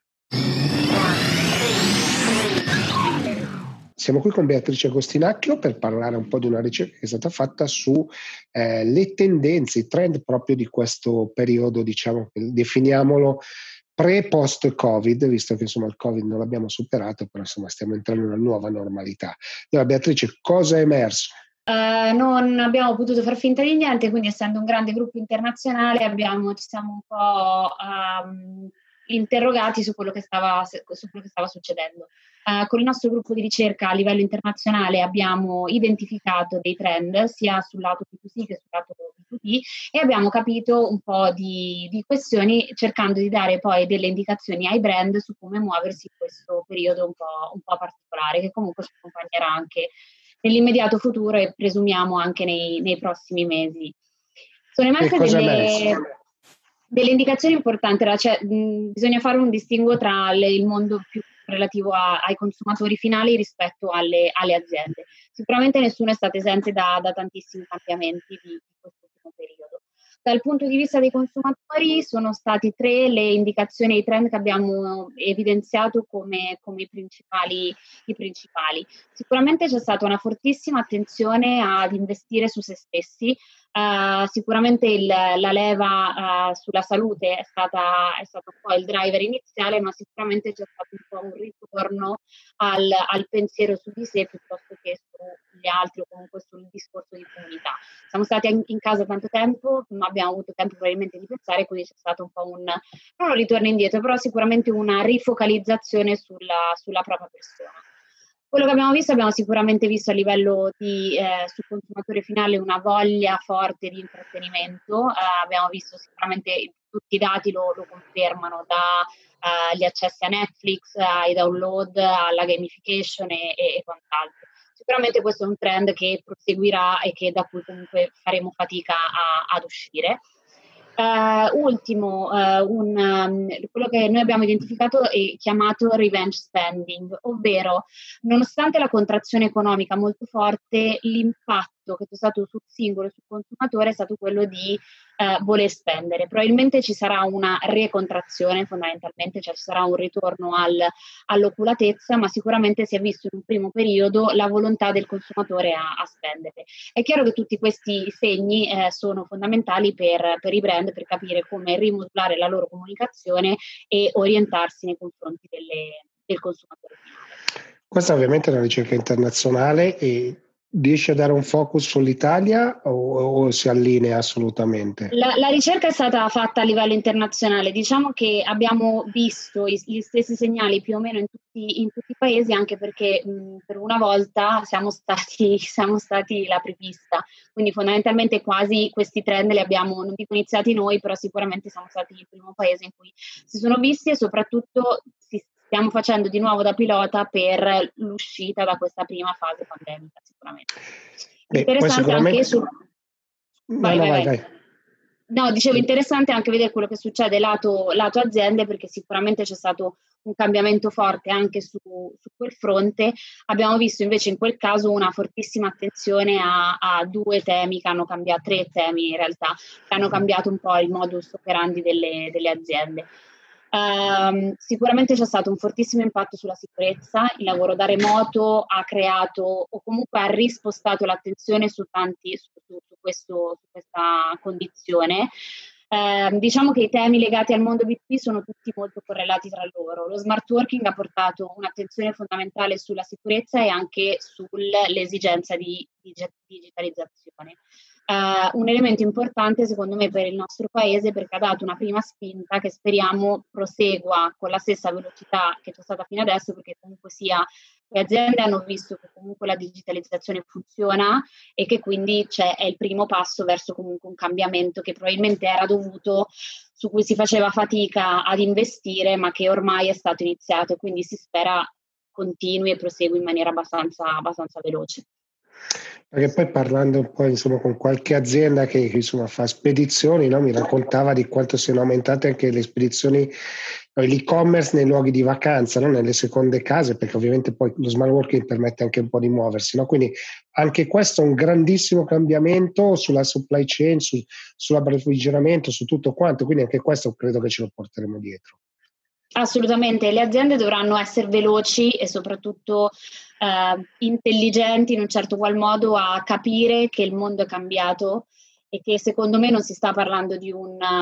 Siamo qui con Beatrice Agostinacchio per parlare un po' di una ricerca che è stata fatta su le tendenze, i trend proprio di questo periodo, diciamo, definiamolo pre-post Covid, visto che insomma il Covid non l'abbiamo superato, però insomma stiamo entrando in una nuova normalità. Allora Beatrice, cosa è emerso? Non abbiamo potuto far finta di niente, quindi essendo un grande gruppo internazionale ci siamo un po' interrogati su quello che stava succedendo. Con il nostro gruppo di ricerca a livello internazionale abbiamo identificato dei trend sia sul lato B2C che sul lato B2B e abbiamo capito un po' di questioni cercando di dare poi delle indicazioni ai brand su come muoversi in questo periodo un po' particolare che comunque ci accompagnerà anche nell'immediato futuro e presumiamo anche nei prossimi mesi. Sono emerse delle indicazioni importanti, cioè, bisogna fare un distinguo tra il mondo più relativo ai consumatori finali rispetto alle aziende. Sicuramente nessuno è stato esente da tantissimi cambiamenti di questo ultimo periodo. Dal punto di vista dei consumatori sono stati 3 le indicazioni e i trend che abbiamo evidenziato come i principali. Sicuramente c'è stata una fortissima attenzione ad investire su se stessi. Sicuramente la leva sulla salute è stato un po' il driver iniziale, ma sicuramente c'è stato un po' un ritorno al pensiero su di sé piuttosto che sugli altri o comunque sul discorso di comunità. Siamo stati in casa tanto tempo, ma abbiamo avuto tempo probabilmente di pensare, quindi c'è stato un po' non un ritorno indietro, però sicuramente una rifocalizzazione sulla propria persona. Quello che abbiamo sicuramente visto a livello sul consumatore finale una voglia forte di intrattenimento. Abbiamo visto sicuramente, tutti i dati lo confermano, dagli accessi a Netflix, ai download, alla gamification e quant'altro. Sicuramente questo è un trend che proseguirà e da cui comunque faremo fatica ad uscire. Ultimo, quello che noi abbiamo identificato e chiamato revenge spending, ovvero nonostante la contrazione economica molto forte, l'impatto che c'è stato sul singolo e sul consumatore è stato quello di voler spendere. Probabilmente ci sarà una recontrazione fondamentalmente, cioè ci sarà un ritorno all'oculatezza, ma sicuramente si è visto in un primo periodo la volontà del consumatore a spendere. È chiaro che tutti questi segni sono fondamentali per i brand, per capire come rimodulare la loro comunicazione e orientarsi nei confronti del consumatore finale. Questa ovviamente è una ricerca internazionale e riesce a dare un focus sull'Italia o si allinea assolutamente? La ricerca è stata fatta a livello internazionale, diciamo che abbiamo visto gli stessi segnali più o meno in tutti i paesi, anche perché per una volta siamo stati l'apripista, quindi fondamentalmente quasi questi trend li abbiamo, non dico iniziati noi, però sicuramente siamo stati il primo paese in cui si sono visti e soprattutto stiamo facendo di nuovo da pilota per l'uscita da questa prima fase pandemica sicuramente. Interessante sicuramente... anche su... Vai. No, dicevo, interessante anche vedere quello che succede lato aziende, perché sicuramente c'è stato un cambiamento forte anche su quel fronte. Abbiamo visto invece in quel caso una fortissima attenzione a due temi che hanno cambiato, tre temi in realtà, che hanno cambiato un po' il modus operandi delle aziende. Sicuramente c'è stato un fortissimo impatto sulla sicurezza, il lavoro da remoto ha creato o comunque ha rispostato l'attenzione su questa condizione. Diciamo che i temi legati al mondo B2B sono tutti molto correlati tra loro. Lo smart working ha portato un'attenzione fondamentale sulla sicurezza e anche sull'esigenza di digitalizzazione. Un elemento importante secondo me per il nostro paese, perché ha dato una prima spinta che speriamo prosegua con la stessa velocità che c'è stata fino adesso, perché comunque sia le aziende hanno visto che comunque la digitalizzazione funziona e che quindi è il primo passo verso comunque un cambiamento che probabilmente era dovuto, su cui si faceva fatica ad investire, ma che ormai è stato iniziato e quindi si spera continui e prosegui in maniera abbastanza veloce. Perché poi parlando un po' insomma con qualche azienda che insomma fa spedizioni, no? Mi raccontava di quanto siano aumentate anche le spedizioni, l'e-commerce nei luoghi di vacanza, no? Nelle seconde case, perché ovviamente poi lo smart working permette anche un po' di muoversi, no? Quindi anche questo è un grandissimo cambiamento sulla supply chain, sull'approvvigionamento, su tutto quanto, quindi anche questo credo che ce lo porteremo dietro. Assolutamente, le aziende dovranno essere veloci e soprattutto intelligenti in un certo qual modo a capire che il mondo è cambiato e che secondo me non si sta parlando di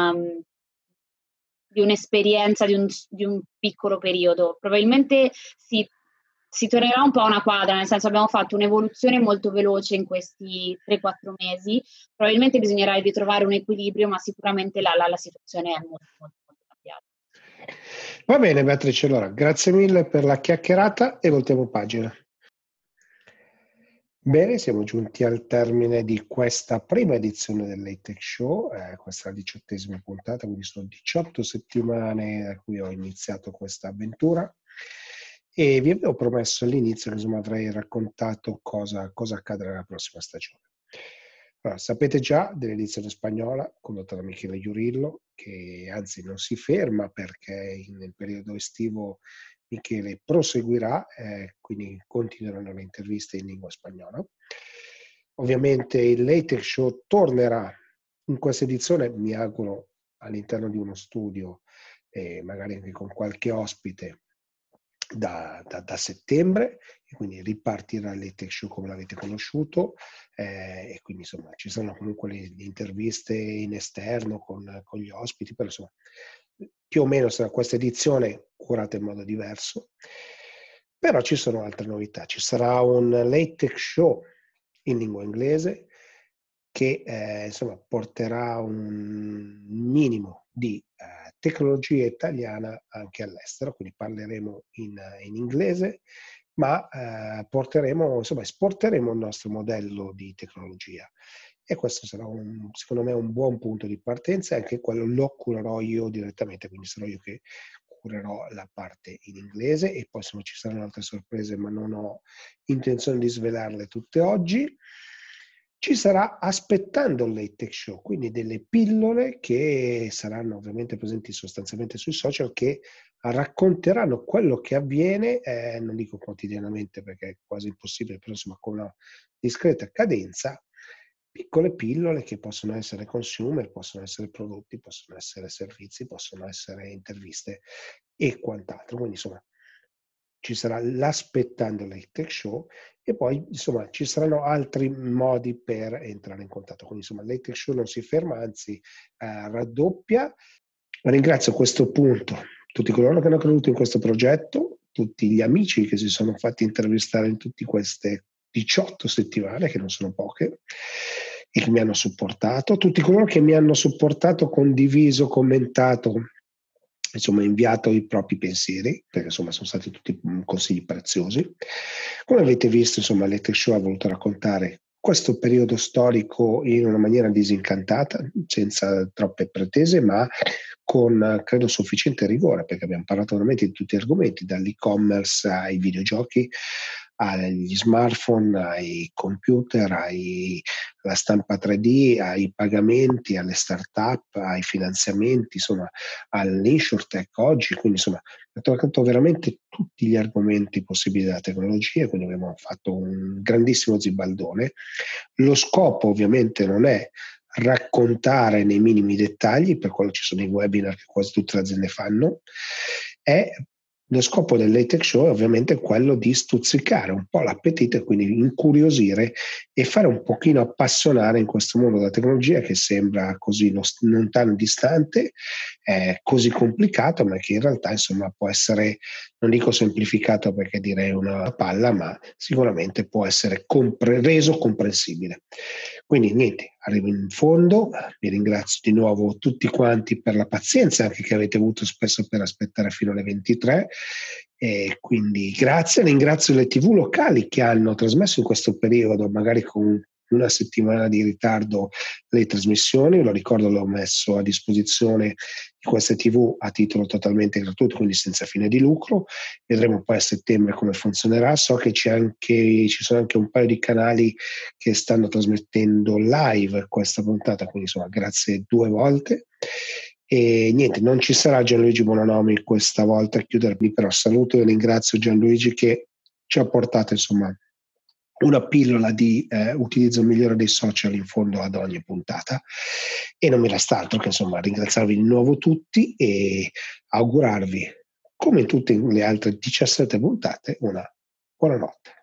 un'esperienza, di un piccolo periodo. Probabilmente si tornerà un po' a una quadra, nel senso abbiamo fatto un'evoluzione molto veloce in questi 3-4 mesi, probabilmente bisognerà ritrovare un equilibrio, ma sicuramente la situazione è molto, molto, molto cambiata. Va bene Beatrice, allora grazie mille per la chiacchierata e voltiamo pagina. Bene, siamo giunti al termine di questa prima edizione del LateTech Show, questa è la 18ª puntata, quindi sono 18 settimane da cui ho iniziato questa avventura e vi avevo promesso all'inizio che insomma avrei raccontato cosa accadrà nella prossima stagione. Allora, sapete già dell'edizione spagnola condotta da Michele Iurillo, che anzi non si ferma perché nel periodo estivo Michele proseguirà, quindi continueranno le interviste in lingua spagnola. Ovviamente il LateTech Show tornerà in questa edizione, mi auguro, all'interno di uno studio, magari anche con qualche ospite, da settembre, e quindi ripartirà il LateTech Show come l'avete conosciuto, e quindi insomma ci saranno comunque le interviste in esterno con gli ospiti, però insomma più o meno sarà questa edizione curata in modo diverso. Però ci sono altre novità, ci sarà un LateTech Show in lingua inglese che insomma porterà un minimo di tecnologia italiana anche all'estero, quindi parleremo in inglese ma esporteremo il nostro modello di tecnologia. E questo sarà secondo me un buon punto di partenza, e anche quello lo curerò io direttamente, quindi sarò io che curerò la parte in inglese, e poi ci saranno altre sorprese, ma non ho intenzione di svelarle tutte oggi. Ci sarà Aspettando il Late Tech Show, quindi delle pillole che saranno ovviamente presenti sostanzialmente sui social, che racconteranno quello che avviene, non dico quotidianamente perché è quasi impossibile, però insomma con una discreta cadenza, piccole pillole che possono essere consumer, possono essere prodotti, possono essere servizi, possono essere interviste e quant'altro. Quindi insomma ci sarà l'Aspettando il Late Tech Show, e poi insomma ci saranno altri modi per entrare in contatto. Quindi insomma il Late Tech Show non si ferma, anzi raddoppia. Ringrazio a questo punto tutti coloro che hanno creduto in questo progetto, tutti gli amici che si sono fatti intervistare in tutte queste 18 settimane, che non sono poche, e che mi hanno supportato, tutti coloro che mi hanno supportato, condiviso, commentato, insomma inviato i propri pensieri, perché insomma sono stati tutti consigli preziosi. Come avete visto, insomma, Late Tech Show ha voluto raccontare questo periodo storico in una maniera disincantata, senza troppe pretese, ma con, credo, sufficiente rigore, perché abbiamo parlato veramente di tutti gli argomenti, dall'e-commerce ai videogiochi, agli smartphone, ai computer, alla stampa 3D, ai pagamenti, alle start-up, ai finanziamenti, insomma, all'insurtech oggi. Quindi insomma ho toccato veramente tutti gli argomenti possibili della tecnologia, quindi abbiamo fatto un grandissimo zibaldone. Lo scopo ovviamente non è raccontare nei minimi dettagli, per quello ci sono i webinar che quasi tutte le aziende fanno. Lo scopo del Late Tech Show è ovviamente quello di stuzzicare un po' l'appetito, e quindi incuriosire e fare un pochino appassionare in questo mondo della tecnologia, che sembra così lontano e distante, così complicato, ma che in realtà insomma può essere, non dico semplificato perché direi una palla, ma sicuramente può essere reso comprensibile. Quindi niente, arrivo in fondo, vi ringrazio di nuovo tutti quanti per la pazienza anche che avete avuto spesso per aspettare fino alle 23, e quindi grazie. Ringrazio le TV locali che hanno trasmesso in questo periodo, magari con una settimana di ritardo, le trasmissioni. Lo ricordo, l'ho messo a disposizione di queste TV a titolo totalmente gratuito, quindi senza fine di lucro. Vedremo poi a settembre come funzionerà. So che ci sono anche un paio di canali che stanno trasmettendo live questa puntata, quindi insomma grazie 2 volte. E niente, non ci sarà Gianluigi Bonanomi questa volta a chiudermi, però saluto e ringrazio Gianluigi che ci ha portato insomma una pillola di utilizzo migliore dei social in fondo ad ogni puntata, e non mi resta altro che insomma ringraziarvi di nuovo tutti e augurarvi, come in tutte le altre 17 puntate, una buonanotte.